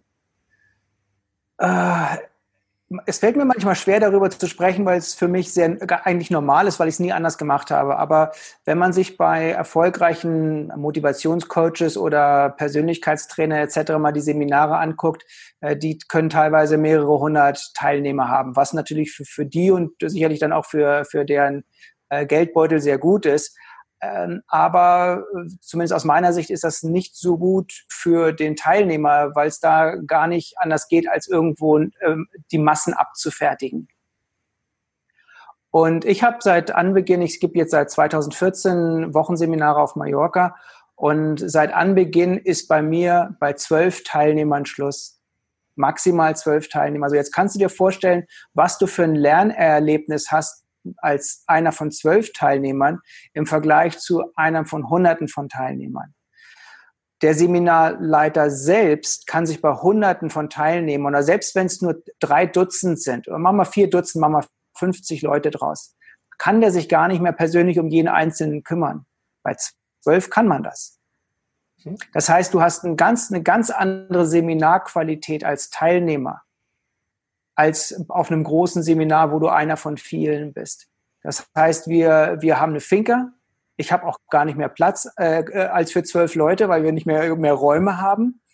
Es fällt mir manchmal schwer, darüber zu sprechen, weil es für mich eigentlich normal ist, weil ich es nie anders gemacht habe. Aber wenn man sich bei erfolgreichen Motivationscoaches oder Persönlichkeitstrainer etc. mal die Seminare anguckt, die können teilweise mehrere 100 Teilnehmer haben, was natürlich für die und sicherlich dann auch für deren Geldbeutel sehr gut ist. Aber zumindest aus meiner Sicht ist das nicht so gut für den Teilnehmer, weil es da gar nicht anders geht, als irgendwo die Massen abzufertigen. Und ich habe seit Anbeginn, ich gebe jetzt seit 2014 Wochenseminare auf Mallorca, und seit Anbeginn ist bei mir bei 12 Teilnehmern Schluss. Maximal 12 Teilnehmer. Also jetzt kannst du dir vorstellen, was du für ein Lernerlebnis hast als einer von 12 Teilnehmern im Vergleich zu einem von Hunderten von Teilnehmern. Der Seminarleiter selbst kann sich bei Hunderten von Teilnehmern, oder selbst wenn es nur 3 Dutzend sind, oder machen wir 4 Dutzend, machen wir 50 Leute draus, kann der sich gar nicht mehr persönlich um jeden Einzelnen kümmern. Bei 12 kann man das. Das heißt, du hast eine ganz andere Seminarqualität als Teilnehmer, als auf einem großen Seminar, wo du einer von vielen bist. Das heißt, wir haben eine Finca. Ich habe auch gar nicht mehr Platz als für 12 Leute, weil wir nicht mehr Räume haben.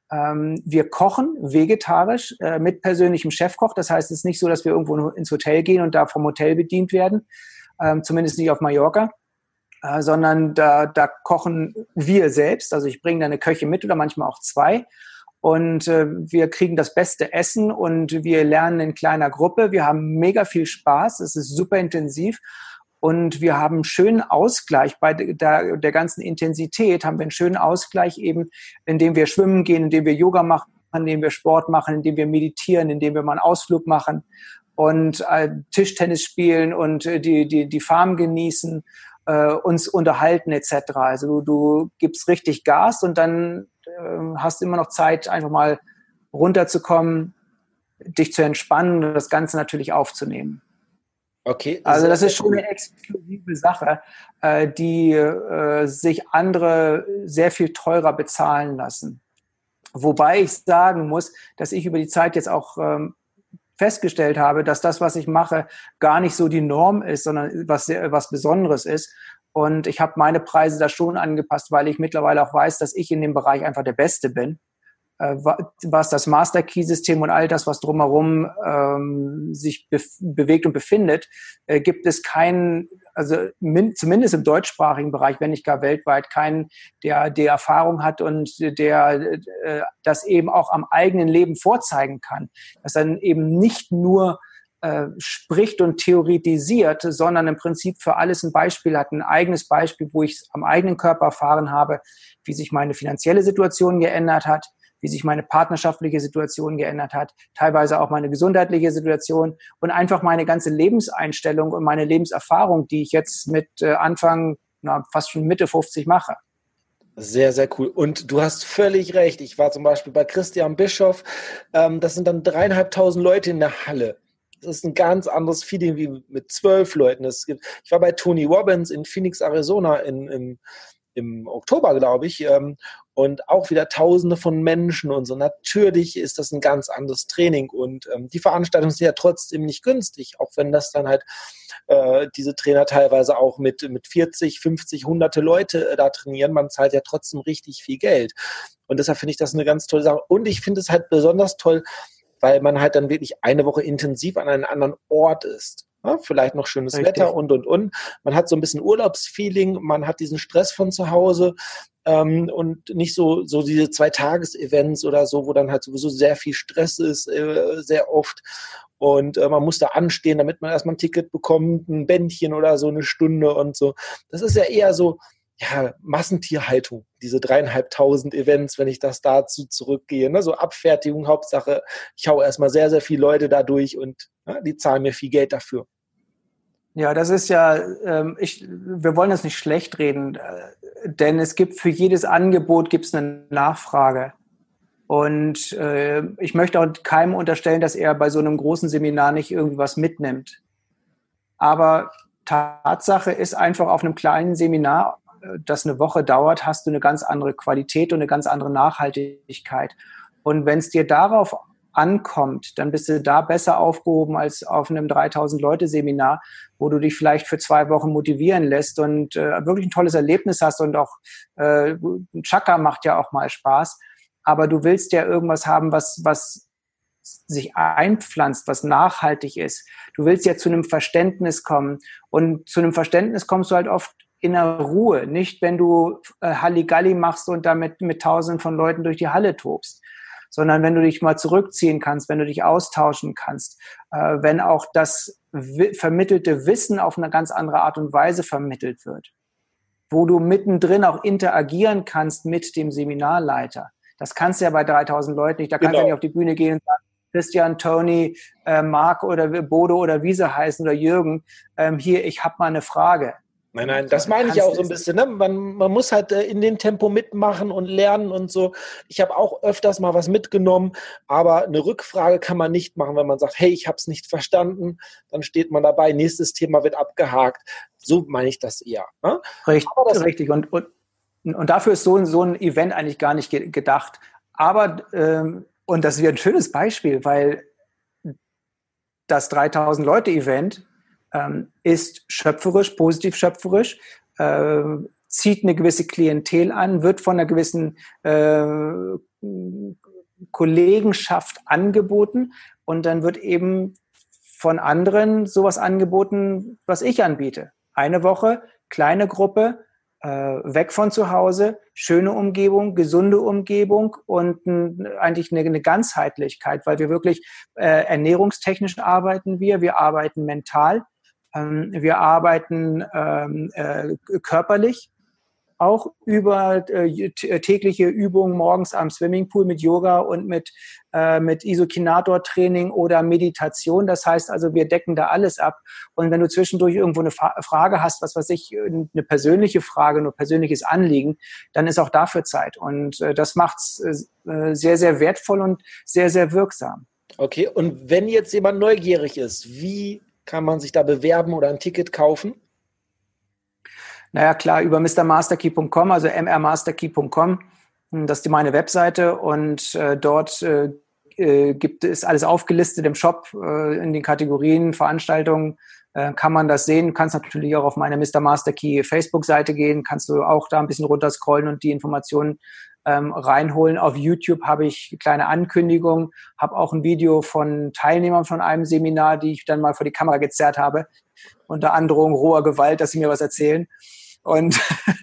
Wir kochen vegetarisch mit persönlichem Chefkoch. Das heißt, es ist nicht so, dass wir irgendwo ins Hotel gehen und da vom Hotel bedient werden, zumindest nicht auf Mallorca, sondern da kochen wir selbst. Also ich bringe da eine Köche mit oder manchmal auch zwei. Und wir kriegen das beste Essen und wir lernen in kleiner Gruppe. Wir haben mega viel Spaß. Es ist super intensiv. Und wir haben einen schönen Ausgleich bei der ganzen Intensität, haben wir einen schönen Ausgleich eben, indem wir schwimmen gehen, indem wir Yoga machen, indem wir Sport machen, indem wir meditieren, indem wir mal einen Ausflug machen und Tischtennis spielen und die Farm genießen, uns unterhalten etc. Also du gibst richtig Gas und dann hast du immer noch Zeit, einfach mal runterzukommen, dich zu entspannen und das Ganze natürlich aufzunehmen. Okay. Also das ist schon eine exklusive Sache, die sich andere sehr viel teurer bezahlen lassen. Wobei ich sagen muss, dass ich über die Zeit jetzt auch festgestellt habe, dass das, was ich mache, gar nicht so die Norm ist, sondern was Besonderes ist. Und ich habe meine Preise da schon angepasst, weil ich mittlerweile auch weiß, dass ich in dem Bereich einfach der Beste bin. Was das Master Key System und all das, was drumherum sich bewegt und befindet, gibt es keinen, also zumindest im deutschsprachigen Bereich, wenn nicht gar weltweit, keinen, der die Erfahrung hat und der das eben auch am eigenen Leben vorzeigen kann. Dass dann eben nicht nur spricht und theoretisiert, sondern im Prinzip für alles ein Beispiel hat, ein eigenes Beispiel, wo ich es am eigenen Körper erfahren habe, wie sich meine finanzielle Situation geändert hat, wie sich meine partnerschaftliche Situation geändert hat, teilweise auch meine gesundheitliche Situation und einfach meine ganze Lebenseinstellung und meine Lebenserfahrung, die ich jetzt mit Anfang, fast schon Mitte 50 mache. Sehr, sehr cool. Und du hast völlig recht. Ich war zum Beispiel bei Christian Bischoff. Das sind dann 3.500 Leute in der Halle. Das ist ein ganz anderes Feeling wie mit 12 Leuten. Ich war bei Tony Robbins in Phoenix, Arizona im Oktober, glaube ich, und auch wieder Tausende von Menschen und so. Natürlich ist das ein ganz anderes Training und die Veranstaltungen sind ja trotzdem nicht günstig, auch wenn das dann halt diese Trainer teilweise auch mit 40, 50, hunderte Leute da trainieren. Man zahlt ja trotzdem richtig viel Geld. Und deshalb finde ich das eine ganz tolle Sache. Und ich finde es halt besonders toll, weil man halt dann wirklich eine Woche intensiv an einem anderen Ort ist. Ja, vielleicht noch schönes Richtig. Wetter und. Man hat so ein bisschen Urlaubsfeeling, man hat diesen Stress von zu Hause und nicht so diese 2-Tages-Events oder so, wo dann halt sowieso sehr viel Stress ist, sehr oft. Und man muss da anstehen, damit man erstmal ein Ticket bekommt, ein Bändchen oder so, eine Stunde und so. Das ist ja eher so, ja, Massentierhaltung, diese 3.500 Events, wenn ich das dazu zurückgehe, ne? So Abfertigung, Hauptsache, ich hau erstmal sehr, sehr viele Leute da durch und die zahlen mir viel Geld dafür. Ja, das ist ja, wir wollen das nicht schlecht reden, denn es gibt für jedes Angebot gibt's eine Nachfrage. Und ich möchte auch keinem unterstellen, dass er bei so einem großen Seminar nicht irgendwas mitnimmt. Aber Tatsache ist einfach, auf einem kleinen Seminar, das eine Woche dauert, hast du eine ganz andere Qualität und eine ganz andere Nachhaltigkeit. Und wenn es dir darauf ankommt, dann bist du da besser aufgehoben als auf einem 3.000-Leute-Seminar, wo du dich vielleicht für 2 Wochen motivieren lässt und wirklich ein tolles Erlebnis hast und auch Chakra macht ja auch mal Spaß. Aber du willst ja irgendwas haben, was sich einpflanzt, was nachhaltig ist. Du willst ja zu einem Verständnis kommen. Und zu einem Verständnis kommst du halt oft in der Ruhe, nicht wenn du Halligalli machst und damit mit Tausenden von Leuten durch die Halle tobst, sondern wenn du dich mal zurückziehen kannst, wenn du dich austauschen kannst, wenn auch das vermittelte Wissen auf eine ganz andere Art und Weise vermittelt wird, wo du mittendrin auch interagieren kannst mit dem Seminarleiter. Das kannst du ja bei 3.000 Leuten nicht. Da kannst du ja nicht auf die Bühne gehen und sagen, Christian, Tony, Marc oder Bodo oder wie sie heißen oder Jürgen, hier, ich habe mal eine Frage. Nein, das meine ich ja auch so ein bisschen. Ne? Man muss halt in dem Tempo mitmachen und lernen und so. Ich habe auch öfters mal was mitgenommen, aber eine Rückfrage kann man nicht machen, wenn man sagt, hey, ich habe es nicht verstanden, dann steht man dabei, nächstes Thema wird abgehakt. So meine ich das eher. Ne? Richtig. Und dafür ist so ein Event eigentlich gar nicht gedacht. Aber, und das ist ein schönes Beispiel, weil das 3.000-Leute-Event ist schöpferisch, positiv schöpferisch, zieht eine gewisse Klientel an, wird von einer gewissen Kollegenschaft angeboten und dann wird eben von anderen sowas angeboten, was ich anbiete. Eine Woche, kleine Gruppe, weg von zu Hause, schöne Umgebung, gesunde Umgebung und eigentlich eine Ganzheitlichkeit, weil wir wirklich ernährungstechnisch arbeiten wir arbeiten mental, wir arbeiten körperlich, auch über tägliche Übungen morgens am Swimmingpool mit Yoga und mit Isokinator-Training oder Meditation. Das heißt also, wir decken da alles ab. Und wenn du zwischendurch irgendwo eine Frage hast, was weiß ich, eine persönliche Frage, ein persönliches Anliegen, dann ist auch dafür Zeit. Und das macht's sehr, sehr wertvoll und sehr, sehr wirksam. Okay, und wenn jetzt jemand neugierig ist, wie kann man sich da bewerben oder ein Ticket kaufen? Naja, klar, über mrmasterkey.com, also mrmasterkey.com. Das ist meine Webseite und dort gibt es alles aufgelistet im Shop, in den Kategorien, Veranstaltungen, kann man das sehen. Du kannst natürlich auch auf meine Mr. Master Key Facebook-Seite gehen, kannst du auch da ein bisschen runterscrollen und die Informationen reinholen. Auf YouTube habe ich kleine Ankündigungen, habe auch ein Video von Teilnehmern von einem Seminar, die ich dann mal vor die Kamera gezerrt habe, unter Androhung roher Gewalt, dass sie mir was erzählen. Und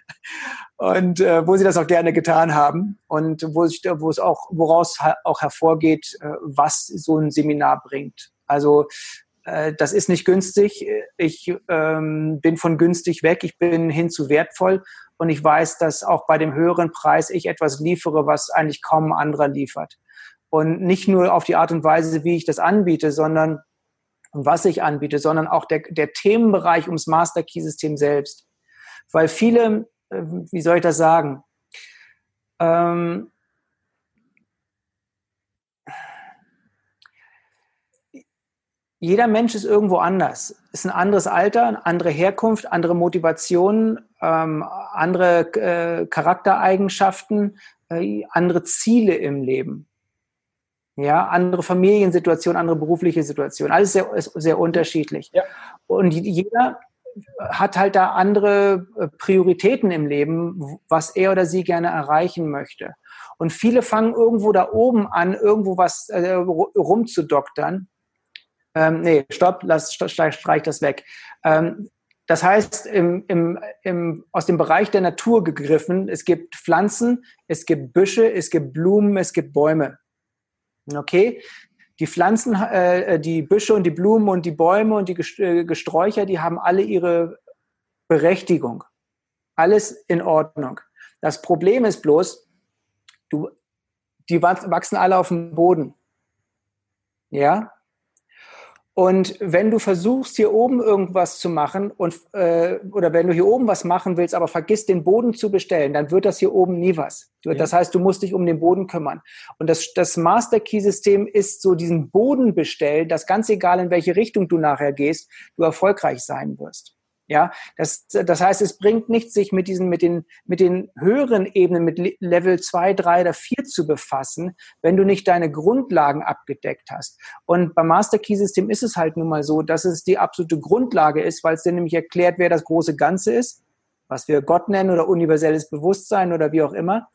wo sie das auch gerne getan haben und woraus auch hervorgeht, was so ein Seminar bringt. Also das ist nicht günstig. Ich bin von günstig weg. Ich bin hin zu wertvoll und ich weiß, dass auch bei dem höheren Preis ich etwas liefere, was eigentlich kaum ein anderer liefert. Und nicht nur auf die Art und Weise, wie ich das anbiete, sondern was ich anbiete, sondern auch der Themenbereich ums Master Key System selbst. Weil viele, wie soll ich das sagen, jeder Mensch ist irgendwo anders. Ist ein anderes Alter, eine andere Herkunft, andere Motivationen, andere Charaktereigenschaften, andere Ziele im Leben. Ja, andere Familiensituationen, andere berufliche Situationen. Alles sehr, sehr unterschiedlich. Ja. Und jeder hat halt da andere Prioritäten im Leben, was er oder sie gerne erreichen möchte. Und viele fangen irgendwo da oben an, irgendwo was rumzudoktern. Nee, stopp, streich das weg. Das heißt, aus dem Bereich der Natur gegriffen, es gibt Pflanzen, es gibt Büsche, es gibt Blumen, es gibt Bäume. Okay? Die Pflanzen, die Büsche und die Blumen und die Bäume und die Gesträucher, die haben alle ihre Berechtigung. Alles in Ordnung. Das Problem ist bloß, die wachsen alle auf dem Boden. Ja? Und wenn du versuchst, hier oben irgendwas zu machen oder wenn du hier oben was machen willst, aber vergisst, den Boden zu bestellen, dann wird das hier oben nie was. Das heißt, du musst dich um den Boden kümmern. Und das Master Key System ist so diesen Boden bestellen, dass ganz egal, in welche Richtung du nachher gehst, du erfolgreich sein wirst. Ja, das heißt, es bringt nichts, sich mit den höheren Ebenen, mit Level 2, 3 oder 4 zu befassen, wenn du nicht deine Grundlagen abgedeckt hast. Und beim Master Key System ist es halt nun mal so, dass es die absolute Grundlage ist, weil es dir nämlich erklärt, wer das große Ganze ist, was wir Gott nennen oder universelles Bewusstsein oder wie auch immer,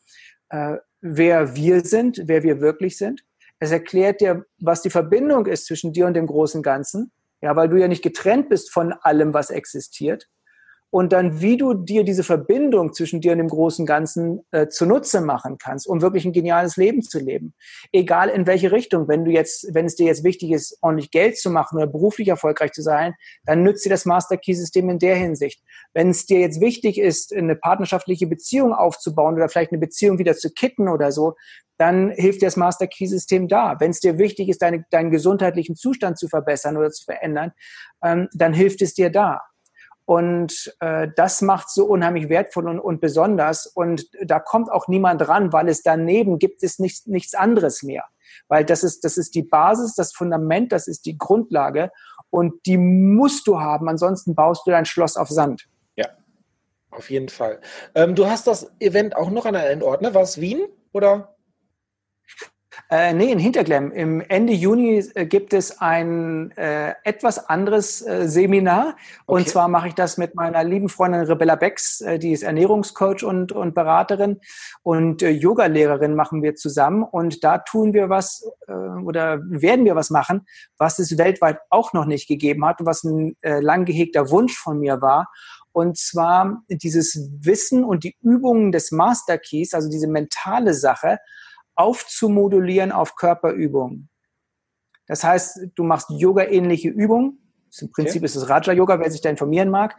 wer wir sind, wer wir wirklich sind. Es erklärt dir, was die Verbindung ist zwischen dir und dem großen Ganzen. Ja, weil du ja nicht getrennt bist von allem, was existiert. Und dann, wie du dir diese Verbindung zwischen dir und dem großen Ganzen zunutze machen kannst, um wirklich ein geniales Leben zu leben. Egal in welche Richtung. Wenn es dir jetzt wichtig ist, ordentlich Geld zu machen oder beruflich erfolgreich zu sein, dann nützt dir das Master Key System in der Hinsicht. Wenn es dir jetzt wichtig ist, eine partnerschaftliche Beziehung aufzubauen oder vielleicht eine Beziehung wieder zu kitten oder so, dann hilft dir das Master Key System da. Wenn es dir wichtig ist, deinen gesundheitlichen Zustand zu verbessern oder zu verändern, dann hilft es dir da. Und das macht so unheimlich wertvoll und besonders. Und da kommt auch niemand ran, weil es daneben gibt es nichts anderes mehr. Weil das ist die Basis, das Fundament, das ist die Grundlage. Und die musst du haben, ansonsten baust du dein Schloss auf Sand. Ja, auf jeden Fall. Du hast das Event auch noch an einem Ort, ne? War es Wien oder? Nee, in Hinterklemm. Im Ende Juni gibt es ein etwas anderes Seminar. Und Okay. zwar mache ich das mit meiner lieben Freundin Rebecca Becks, die ist Ernährungscoach und Beraterin und Yoga-Lehrerin machen wir zusammen. Und da tun wir was oder werden wir was machen, was es weltweit auch noch nicht gegeben hat und was ein lang gehegter Wunsch von mir war. Und zwar dieses Wissen und die Übungen des Master Keys, also diese mentale Sache, aufzumodulieren auf Körperübungen. Das heißt, du machst Yoga-ähnliche Übungen. Im Prinzip ist es Raja-Yoga, wer sich da informieren mag.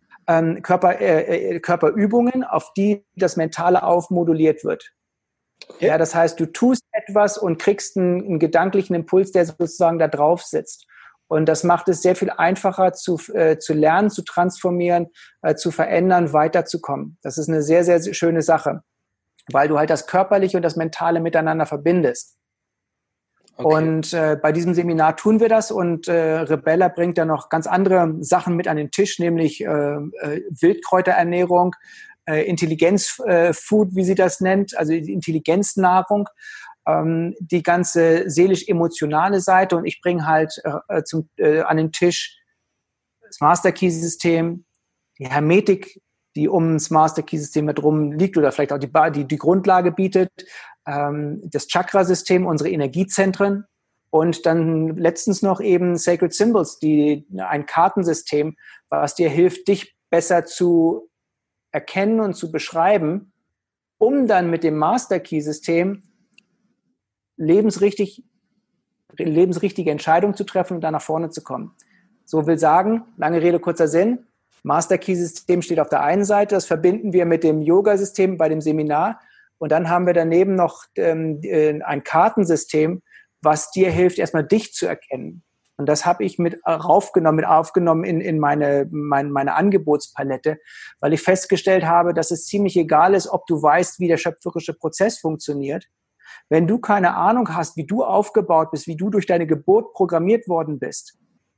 Körperübungen, auf die das Mentale aufmoduliert wird. Okay. Ja, das heißt, du tust etwas und kriegst einen gedanklichen Impuls, der sozusagen da drauf sitzt. Und das macht es sehr viel einfacher zu lernen, zu transformieren, zu verändern, weiterzukommen. Das ist eine sehr, sehr schöne Sache, weil du halt das Körperliche und das Mentale miteinander verbindest. Okay. Und bei diesem Seminar tun wir das und Rebella bringt da noch ganz andere Sachen mit an den Tisch, nämlich Wildkräuterernährung, Intelligenzfood, wie sie das nennt, also Intelligenznahrung, die ganze seelisch-emotionale Seite und ich bringe halt an den Tisch das Master Key System, die Hermetik, die um das Master Key System herum liegt oder vielleicht auch die Grundlage bietet, das Chakra-System, unsere Energiezentren und dann letztens noch eben Sacred Symbols, ein Kartensystem, was dir hilft, dich besser zu erkennen und zu beschreiben, um dann mit dem Master Key System lebensrichtige Entscheidungen zu treffen und da nach vorne zu kommen. So will sagen, lange Rede, kurzer Sinn, Master Key System steht auf der einen Seite, das verbinden wir mit dem Yoga-System bei dem Seminar und dann haben wir daneben noch ein Kartensystem, was dir hilft, erstmal dich zu erkennen. Und das habe ich mit aufgenommen in meine Angebotspalette, weil ich festgestellt habe, dass es ziemlich egal ist, ob du weißt, wie der schöpferische Prozess funktioniert. Wenn du keine Ahnung hast, wie du aufgebaut bist, wie du durch deine Geburt programmiert worden bist,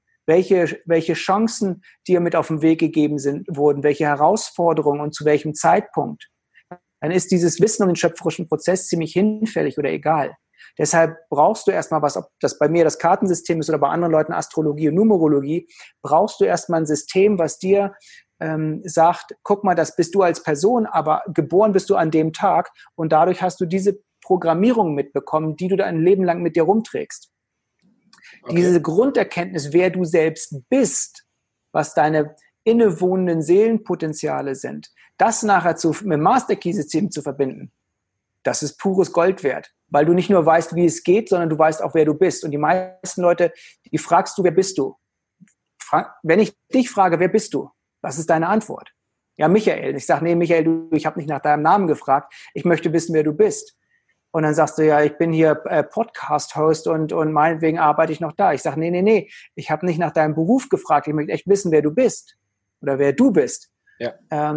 welche Chancen dir mit auf den Weg gegeben wurden, welche Herausforderungen und zu welchem Zeitpunkt, dann ist dieses Wissen um den schöpferischen Prozess ziemlich hinfällig oder egal. Deshalb brauchst du erstmal was, ob das bei mir das Kartensystem ist oder bei anderen Leuten Astrologie und Numerologie, brauchst du erstmal ein System, was dir sagt, guck mal, das bist du als Person, aber geboren bist du an dem Tag und dadurch hast du diese Programmierung mitbekommen, die du dein Leben lang mit dir rumträgst. Okay. Diese Grunderkenntnis, wer du selbst bist, was deine innewohnenden Seelenpotenziale sind, das nachher mit dem Master Key System zu verbinden, das ist pures Gold wert, weil du nicht nur weißt, wie es geht, sondern du weißt auch, wer du bist. Und die meisten Leute, die fragst du, wer bist du? Wenn ich dich frage, wer bist du? Was ist deine Antwort? Ja, Michael. Ich sage, nee, Michael, ich habe nicht nach deinem Namen gefragt. Ich möchte wissen, wer du bist. Und dann sagst du, ja, ich bin hier Podcast-Host und meinetwegen arbeite ich noch da. Ich sage, nee, ich habe nicht nach deinem Beruf gefragt. Ich möchte echt wissen, wer du bist oder wer du bist. Ja.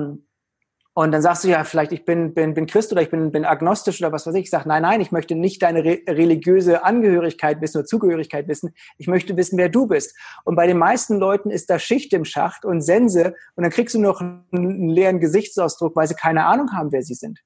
Und dann sagst du, ja, vielleicht ich bin Christ oder ich bin agnostisch oder was weiß ich. Ich sage, nein, ich möchte nicht deine religiöse Angehörigkeit wissen oder Zugehörigkeit wissen. Ich möchte wissen, wer du bist. Und bei den meisten Leuten ist da Schicht im Schacht und Sense und dann kriegst du noch einen leeren Gesichtsausdruck, weil sie keine Ahnung haben, wer sie sind.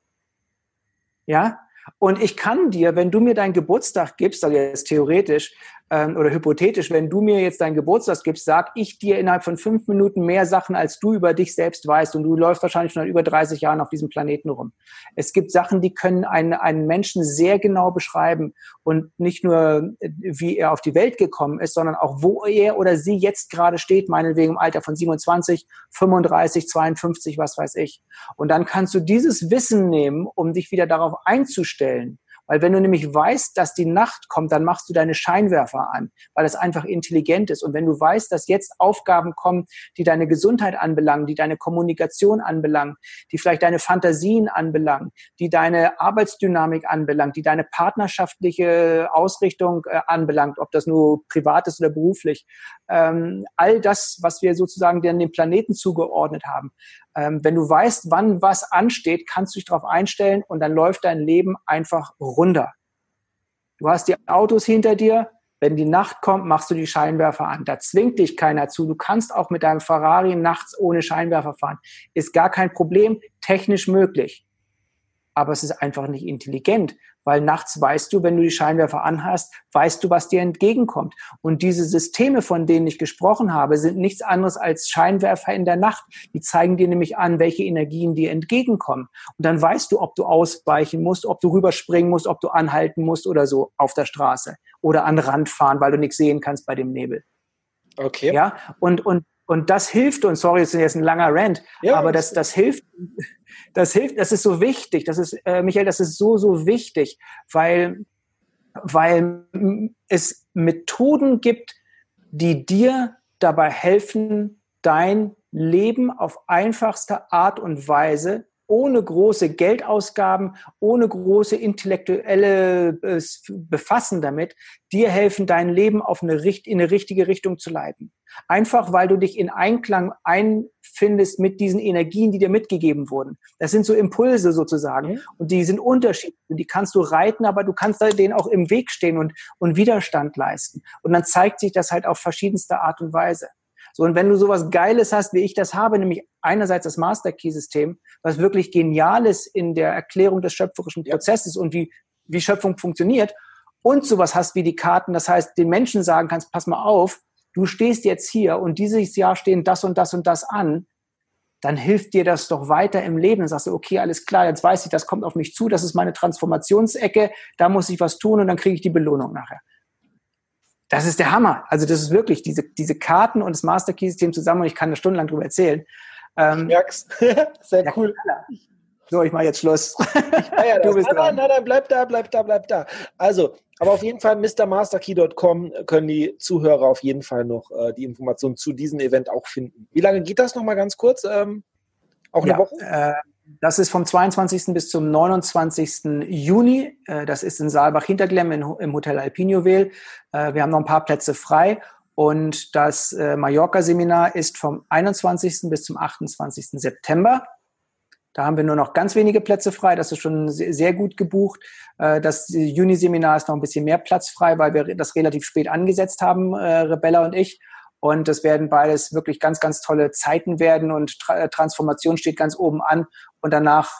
Ja? Und ich kann dir, wenn du mir deinen Geburtstag gibst, also jetzt theoretisch oder hypothetisch, wenn du mir jetzt deinen Geburtstag gibst, sag ich dir innerhalb von 5 Minuten mehr Sachen, als du über dich selbst weißt. Und du läufst wahrscheinlich schon seit über 30 Jahren auf diesem Planeten rum. Es gibt Sachen, die können einen Menschen sehr genau beschreiben. Und nicht nur, wie er auf die Welt gekommen ist, sondern auch, wo er oder sie jetzt gerade steht, meinetwegen im Alter von 27, 35, 52, was weiß ich. Und dann kannst du dieses Wissen nehmen, um dich wieder darauf einzustellen. Weil wenn du nämlich weißt, dass die Nacht kommt, dann machst du deine Scheinwerfer an, weil es einfach intelligent ist. Und wenn du weißt, dass jetzt Aufgaben kommen, die deine Gesundheit anbelangen, die deine Kommunikation anbelangen, die vielleicht deine Fantasien anbelangen, die deine Arbeitsdynamik anbelangt, die deine partnerschaftliche Ausrichtung anbelangt, ob das nur privat ist oder beruflich, all das, was wir sozusagen dem Planeten zugeordnet haben. Wenn du weißt, wann was ansteht, kannst du dich darauf einstellen und dann läuft dein Leben einfach runter. Du hast die Autos hinter dir, wenn die Nacht kommt, machst du die Scheinwerfer an. Da zwingt dich keiner zu. Du kannst auch mit deinem Ferrari nachts ohne Scheinwerfer fahren. Ist gar kein Problem, technisch möglich. Aber es ist einfach nicht intelligent, Weil nachts weißt du, wenn du die Scheinwerfer anhast, weißt du, was dir entgegenkommt. Und diese Systeme, von denen ich gesprochen habe, sind nichts anderes als Scheinwerfer in der Nacht. Die zeigen dir nämlich an, welche Energien dir entgegenkommen. Und dann weißt du, ob du ausweichen musst, ob du rüberspringen musst, ob du anhalten musst oder so auf der Straße oder an den Rand fahren, weil du nichts sehen kannst bei dem Nebel. Okay. Ja, und das hilft uns, sorry, das ist jetzt ein langer Rant, ja, aber das hilft, das ist so wichtig, Michael, das ist so, so wichtig, weil es Methoden gibt, die dir dabei helfen, dein Leben auf einfachste Art und Weise, ohne große Geldausgaben, ohne große intellektuelle Befassen damit, dir helfen, dein Leben in eine richtige Richtung zu leiten. Einfach, weil du dich in Einklang einfindest mit diesen Energien, die dir mitgegeben wurden. Das sind so Impulse sozusagen und die sind unterschiedlich. Die kannst du reiten, aber du kannst denen auch im Weg stehen und Widerstand leisten. Und dann zeigt sich das halt auf verschiedenste Art und Weise. So, und wenn du sowas Geiles hast, wie ich das habe, nämlich einerseits das Master Key System, was wirklich genial ist in der Erklärung des schöpferischen Prozesses und wie Schöpfung funktioniert, und sowas hast wie die Karten, das heißt, den Menschen sagen kannst, pass mal auf, du stehst jetzt hier und dieses Jahr stehen das und das und das an, dann hilft dir das doch weiter im Leben. Dann sagst du, okay, alles klar, jetzt weiß ich, das kommt auf mich zu, das ist meine Transformationsecke, da muss ich was tun und dann kriege ich die Belohnung nachher. Das ist der Hammer. Also das ist wirklich diese Karten und das Master Key System zusammen und ich kann da stundenlang drüber erzählen. Ich merk's. Sehr cool. So, ich mache jetzt Schluss. Du bist dran. Nein, bleib da. Also, aber auf jeden Fall mrmasterkey.com können die Zuhörer auf jeden Fall noch die Informationen zu diesem Event auch finden. Wie lange geht das noch mal ganz kurz? Auch eine Woche? Das ist vom 22. bis zum 29. Juni. Das ist in Saalbach-Hinterglemm im Hotel Alpin-Juwel. Wir haben noch ein paar Plätze frei. Und das Mallorca-Seminar ist vom 21. bis zum 28. September. Da haben wir nur noch ganz wenige Plätze frei. Das ist schon sehr gut gebucht. Das Juni-Seminar ist noch ein bisschen mehr Platz frei, weil wir das relativ spät angesetzt haben, Rebella und ich. Und das werden beides wirklich ganz, ganz tolle Zeiten werden und Transformation steht ganz oben an. Und danach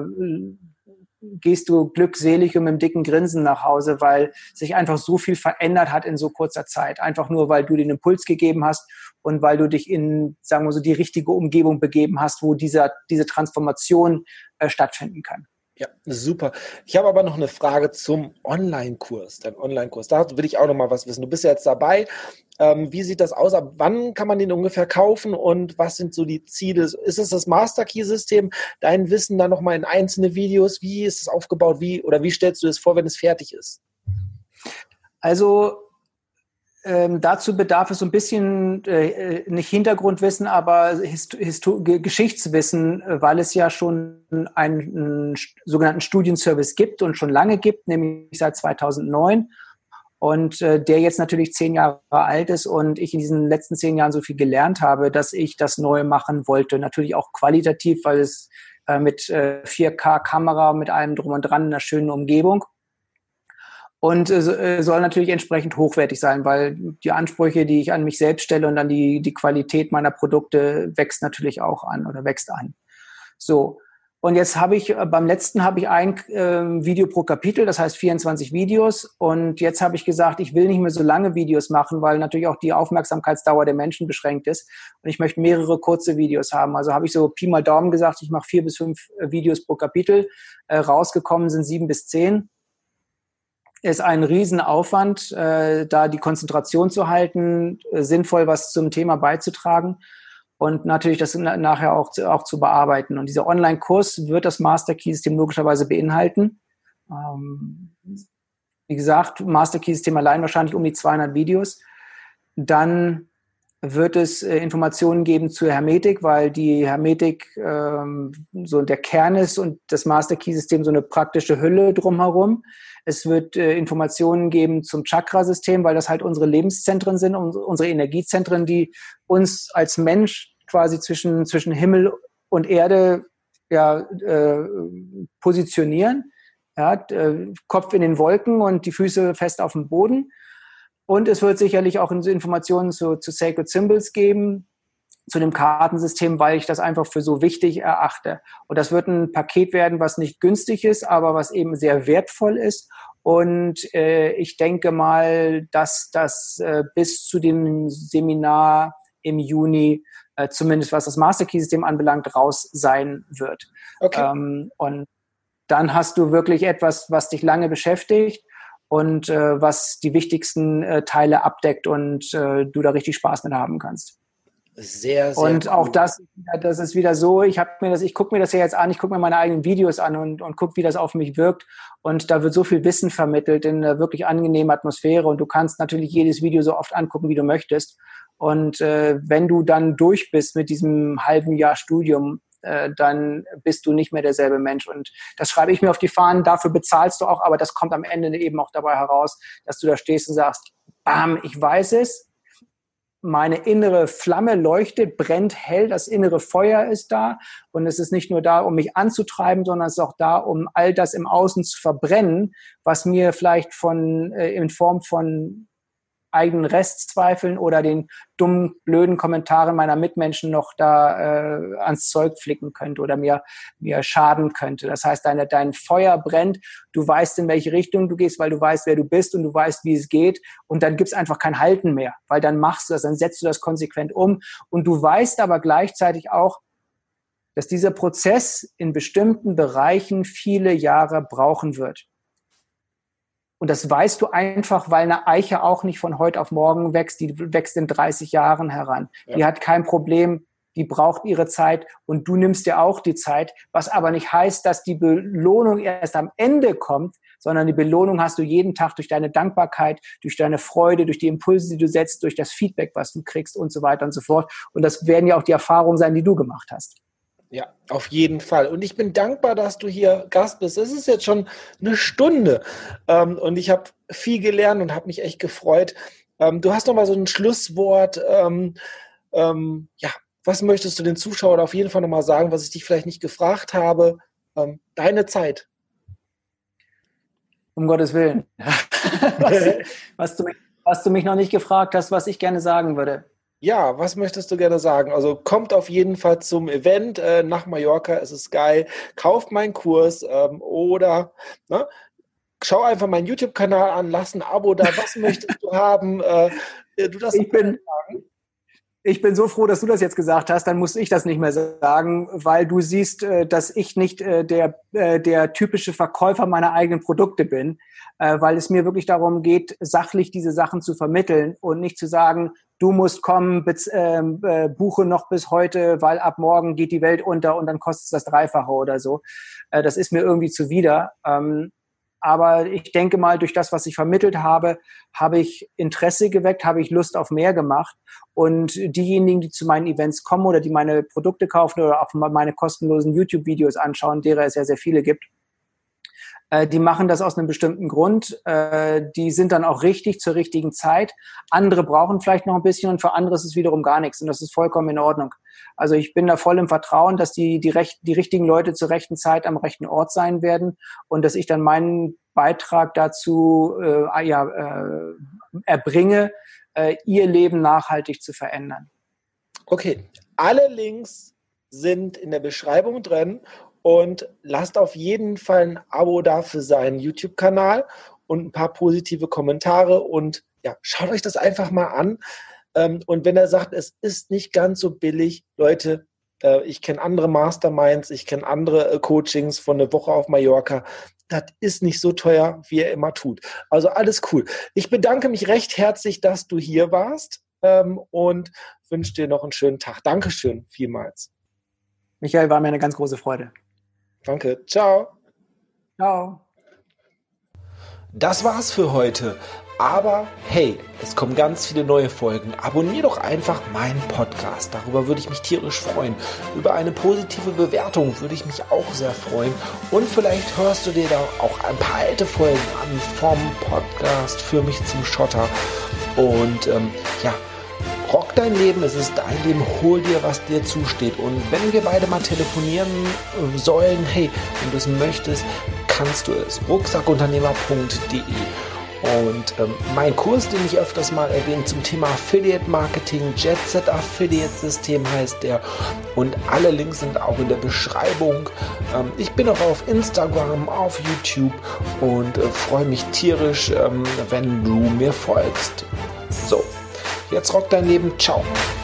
gehst du glückselig und mit einem dicken Grinsen nach Hause, weil sich einfach so viel verändert hat in so kurzer Zeit. Einfach nur, weil du den Impuls gegeben hast und weil du dich in, sagen wir so, die richtige Umgebung begeben hast, wo diese Transformation stattfinden kann. Ja, super. Ich habe aber noch eine Frage zum Online-Kurs, dein Online-Kurs. Da will ich auch noch mal was wissen. Du bist ja jetzt dabei. Wie sieht das aus? Ab wann kann man den ungefähr kaufen und was sind so die Ziele? Ist es das Master Key-System? Dein Wissen dann noch mal in einzelne Videos? Wie ist es aufgebaut? Wie stellst du es vor, wenn es fertig ist? Also dazu bedarf es so ein bisschen, nicht Hintergrundwissen, aber Geschichtswissen, weil es ja schon einen sogenannten Studienservice gibt und schon lange gibt, nämlich seit 2009. Und der jetzt natürlich 10 Jahre alt ist und ich in diesen letzten 10 Jahren so viel gelernt habe, dass ich das neu machen wollte. Natürlich auch qualitativ, weil es mit 4K-Kamera, mit allem drum und dran in einer schönen Umgebung. Und soll natürlich entsprechend hochwertig sein, weil die Ansprüche, die ich an mich selbst stelle und dann die Qualität meiner Produkte wächst natürlich auch an oder wächst an. So. Und jetzt beim letzten habe ich ein Video pro Kapitel, das heißt 24 Videos. Und jetzt habe ich gesagt, ich will nicht mehr so lange Videos machen, weil natürlich auch die Aufmerksamkeitsdauer der Menschen beschränkt ist. Und ich möchte mehrere kurze Videos haben. Also habe ich so Pi mal Daumen gesagt, ich mache 4 bis 5 Videos pro Kapitel. Rausgekommen sind 7 bis 10. Ist ein Riesenaufwand, da die Konzentration zu halten, sinnvoll was zum Thema beizutragen und natürlich das nachher auch zu bearbeiten. Und dieser Online-Kurs wird das Master Key-System logischerweise beinhalten. Wie gesagt, Master Key-System allein wahrscheinlich um die 200 Videos. Dann wird es Informationen geben zur Hermetik, weil die Hermetik so der Kern ist und das Master Key-System so eine praktische Hülle drumherum. Es wird Informationen geben zum Chakrasystem, weil das halt unsere Lebenszentren sind, unsere Energiezentren, die uns als Mensch quasi zwischen Himmel und Erde positionieren. Ja, Kopf in den Wolken und die Füße fest auf dem Boden. Und es wird sicherlich auch Informationen zu Sacred Symbols geben, zu dem Kartensystem, weil ich das einfach für so wichtig erachte. Und das wird ein Paket werden, was nicht günstig ist, aber was eben sehr wertvoll ist. Und ich denke mal, dass das bis zu dem Seminar im Juni, zumindest was das Master Key System anbelangt, raus sein wird. Okay. Und dann hast du wirklich etwas, was dich lange beschäftigt und was die wichtigsten Teile abdeckt und du da richtig Spaß mit haben kannst. Sehr, sehr Und auch das ist wieder so, ich gucke mir das ja jetzt an, ich gucke mir meine eigenen Videos an und gucke, wie das auf mich wirkt. Und da wird so viel Wissen vermittelt in einer wirklich angenehmen Atmosphäre. Und du kannst natürlich jedes Video so oft angucken, wie du möchtest. Und wenn du dann durch bist mit diesem halben Jahr Studium, dann bist du nicht mehr derselbe Mensch. Und das schreibe ich mir auf die Fahnen, dafür bezahlst du auch, aber das kommt am Ende eben auch dabei heraus, dass du da stehst und sagst, bam, ich weiß es, meine innere Flamme leuchtet, brennt hell, das innere Feuer ist da und es ist nicht nur da, um mich anzutreiben, sondern es ist auch da, um all das im Außen zu verbrennen, was mir vielleicht in Form von eigenen Restzweifeln oder den dummen, blöden Kommentaren meiner Mitmenschen noch da ans Zeug flicken könnte oder mir schaden könnte. Das heißt, dein Feuer brennt, du weißt, in welche Richtung du gehst, weil du weißt, wer du bist und du weißt, wie es geht und dann gibt's einfach kein Halten mehr, weil dann machst du das, dann setzt du das konsequent um und du weißt aber gleichzeitig auch, dass dieser Prozess in bestimmten Bereichen viele Jahre brauchen wird. Und das weißt du einfach, weil eine Eiche auch nicht von heute auf morgen wächst. Die wächst in 30 Jahren heran. Ja. Die hat kein Problem, die braucht ihre Zeit und du nimmst dir auch die Zeit. Was aber nicht heißt, dass die Belohnung erst am Ende kommt, sondern die Belohnung hast du jeden Tag durch deine Dankbarkeit, durch deine Freude, durch die Impulse, die du setzt, durch das Feedback, was du kriegst und so weiter und so fort. Und das werden ja auch die Erfahrungen sein, die du gemacht hast. Ja, auf jeden Fall. Und ich bin dankbar, dass du hier Gast bist. Es ist jetzt schon eine Stunde und ich habe viel gelernt und habe mich echt gefreut. Du hast noch mal so ein Schlusswort. Was möchtest du den Zuschauern auf jeden Fall noch mal sagen, was ich dich vielleicht nicht gefragt habe? Deine Zeit. Um Gottes Willen. was du mich noch nicht gefragt hast, was ich gerne sagen würde. Ja, was möchtest du gerne sagen? Also kommt auf jeden Fall zum Event nach Mallorca, es ist geil. Kauft meinen Kurs oder schau einfach meinen YouTube-Kanal an, lass ein Abo da. Was möchtest du haben? Ich bin so froh, dass du das jetzt gesagt hast, dann muss ich das nicht mehr sagen, weil du siehst, dass ich nicht der typische Verkäufer meiner eigenen Produkte bin, weil es mir wirklich darum geht, sachlich diese Sachen zu vermitteln und nicht zu sagen, du musst kommen, buche noch bis heute, weil ab morgen geht die Welt unter und dann kostet es das Dreifache oder so. Das ist mir irgendwie zuwider. Aber ich denke mal, durch das, was ich vermittelt habe, habe ich Interesse geweckt, habe ich Lust auf mehr gemacht. Und diejenigen, die zu meinen Events kommen oder die meine Produkte kaufen oder auch meine kostenlosen YouTube-Videos anschauen, derer es ja sehr viele gibt, die machen das aus einem bestimmten Grund. Die sind dann auch richtig zur richtigen Zeit. Andere brauchen vielleicht noch ein bisschen und für andere ist es wiederum gar nichts. Und das ist vollkommen in Ordnung. Also ich bin da voll im Vertrauen, dass die richtigen Leute zur rechten Zeit am rechten Ort sein werden und dass ich dann meinen Beitrag dazu erbringe, ihr Leben nachhaltig zu verändern. Okay, alle Links sind in der Beschreibung drin. Und lasst auf jeden Fall ein Abo da für seinen YouTube-Kanal und ein paar positive Kommentare. Und ja, schaut euch das einfach mal an. Und wenn er sagt, es ist nicht ganz so billig, Leute, ich kenne andere Masterminds, ich kenne andere Coachings von einer Woche auf Mallorca. Das ist nicht so teuer, wie er immer tut. Also alles cool. Ich bedanke mich recht herzlich, dass du hier warst und wünsche dir noch einen schönen Tag. Dankeschön vielmals. Michael, war mir eine ganz große Freude. Danke. Ciao. Ciao. Das war's für heute. Aber hey, es kommen ganz viele neue Folgen. Abonnier doch einfach meinen Podcast. Darüber würde ich mich tierisch freuen. Über eine positive Bewertung würde ich mich auch sehr freuen. Und vielleicht hörst du dir da auch ein paar alte Folgen an vom Podcast Für mich zum Schotter. Und rock dein Leben, es ist dein Leben, hol dir, was dir zusteht. Und wenn wir beide mal telefonieren sollen, hey, wenn du es möchtest, kannst du es. rucksackunternehmer.de. Und mein Kurs, den ich öfters mal erwähne zum Thema Affiliate Marketing, Jetset Affiliate System heißt der, und alle Links sind auch in der Beschreibung. Ich bin auch auf Instagram, auf YouTube und freue mich tierisch, wenn du mir folgst. So, jetzt rock dein Leben. Ciao.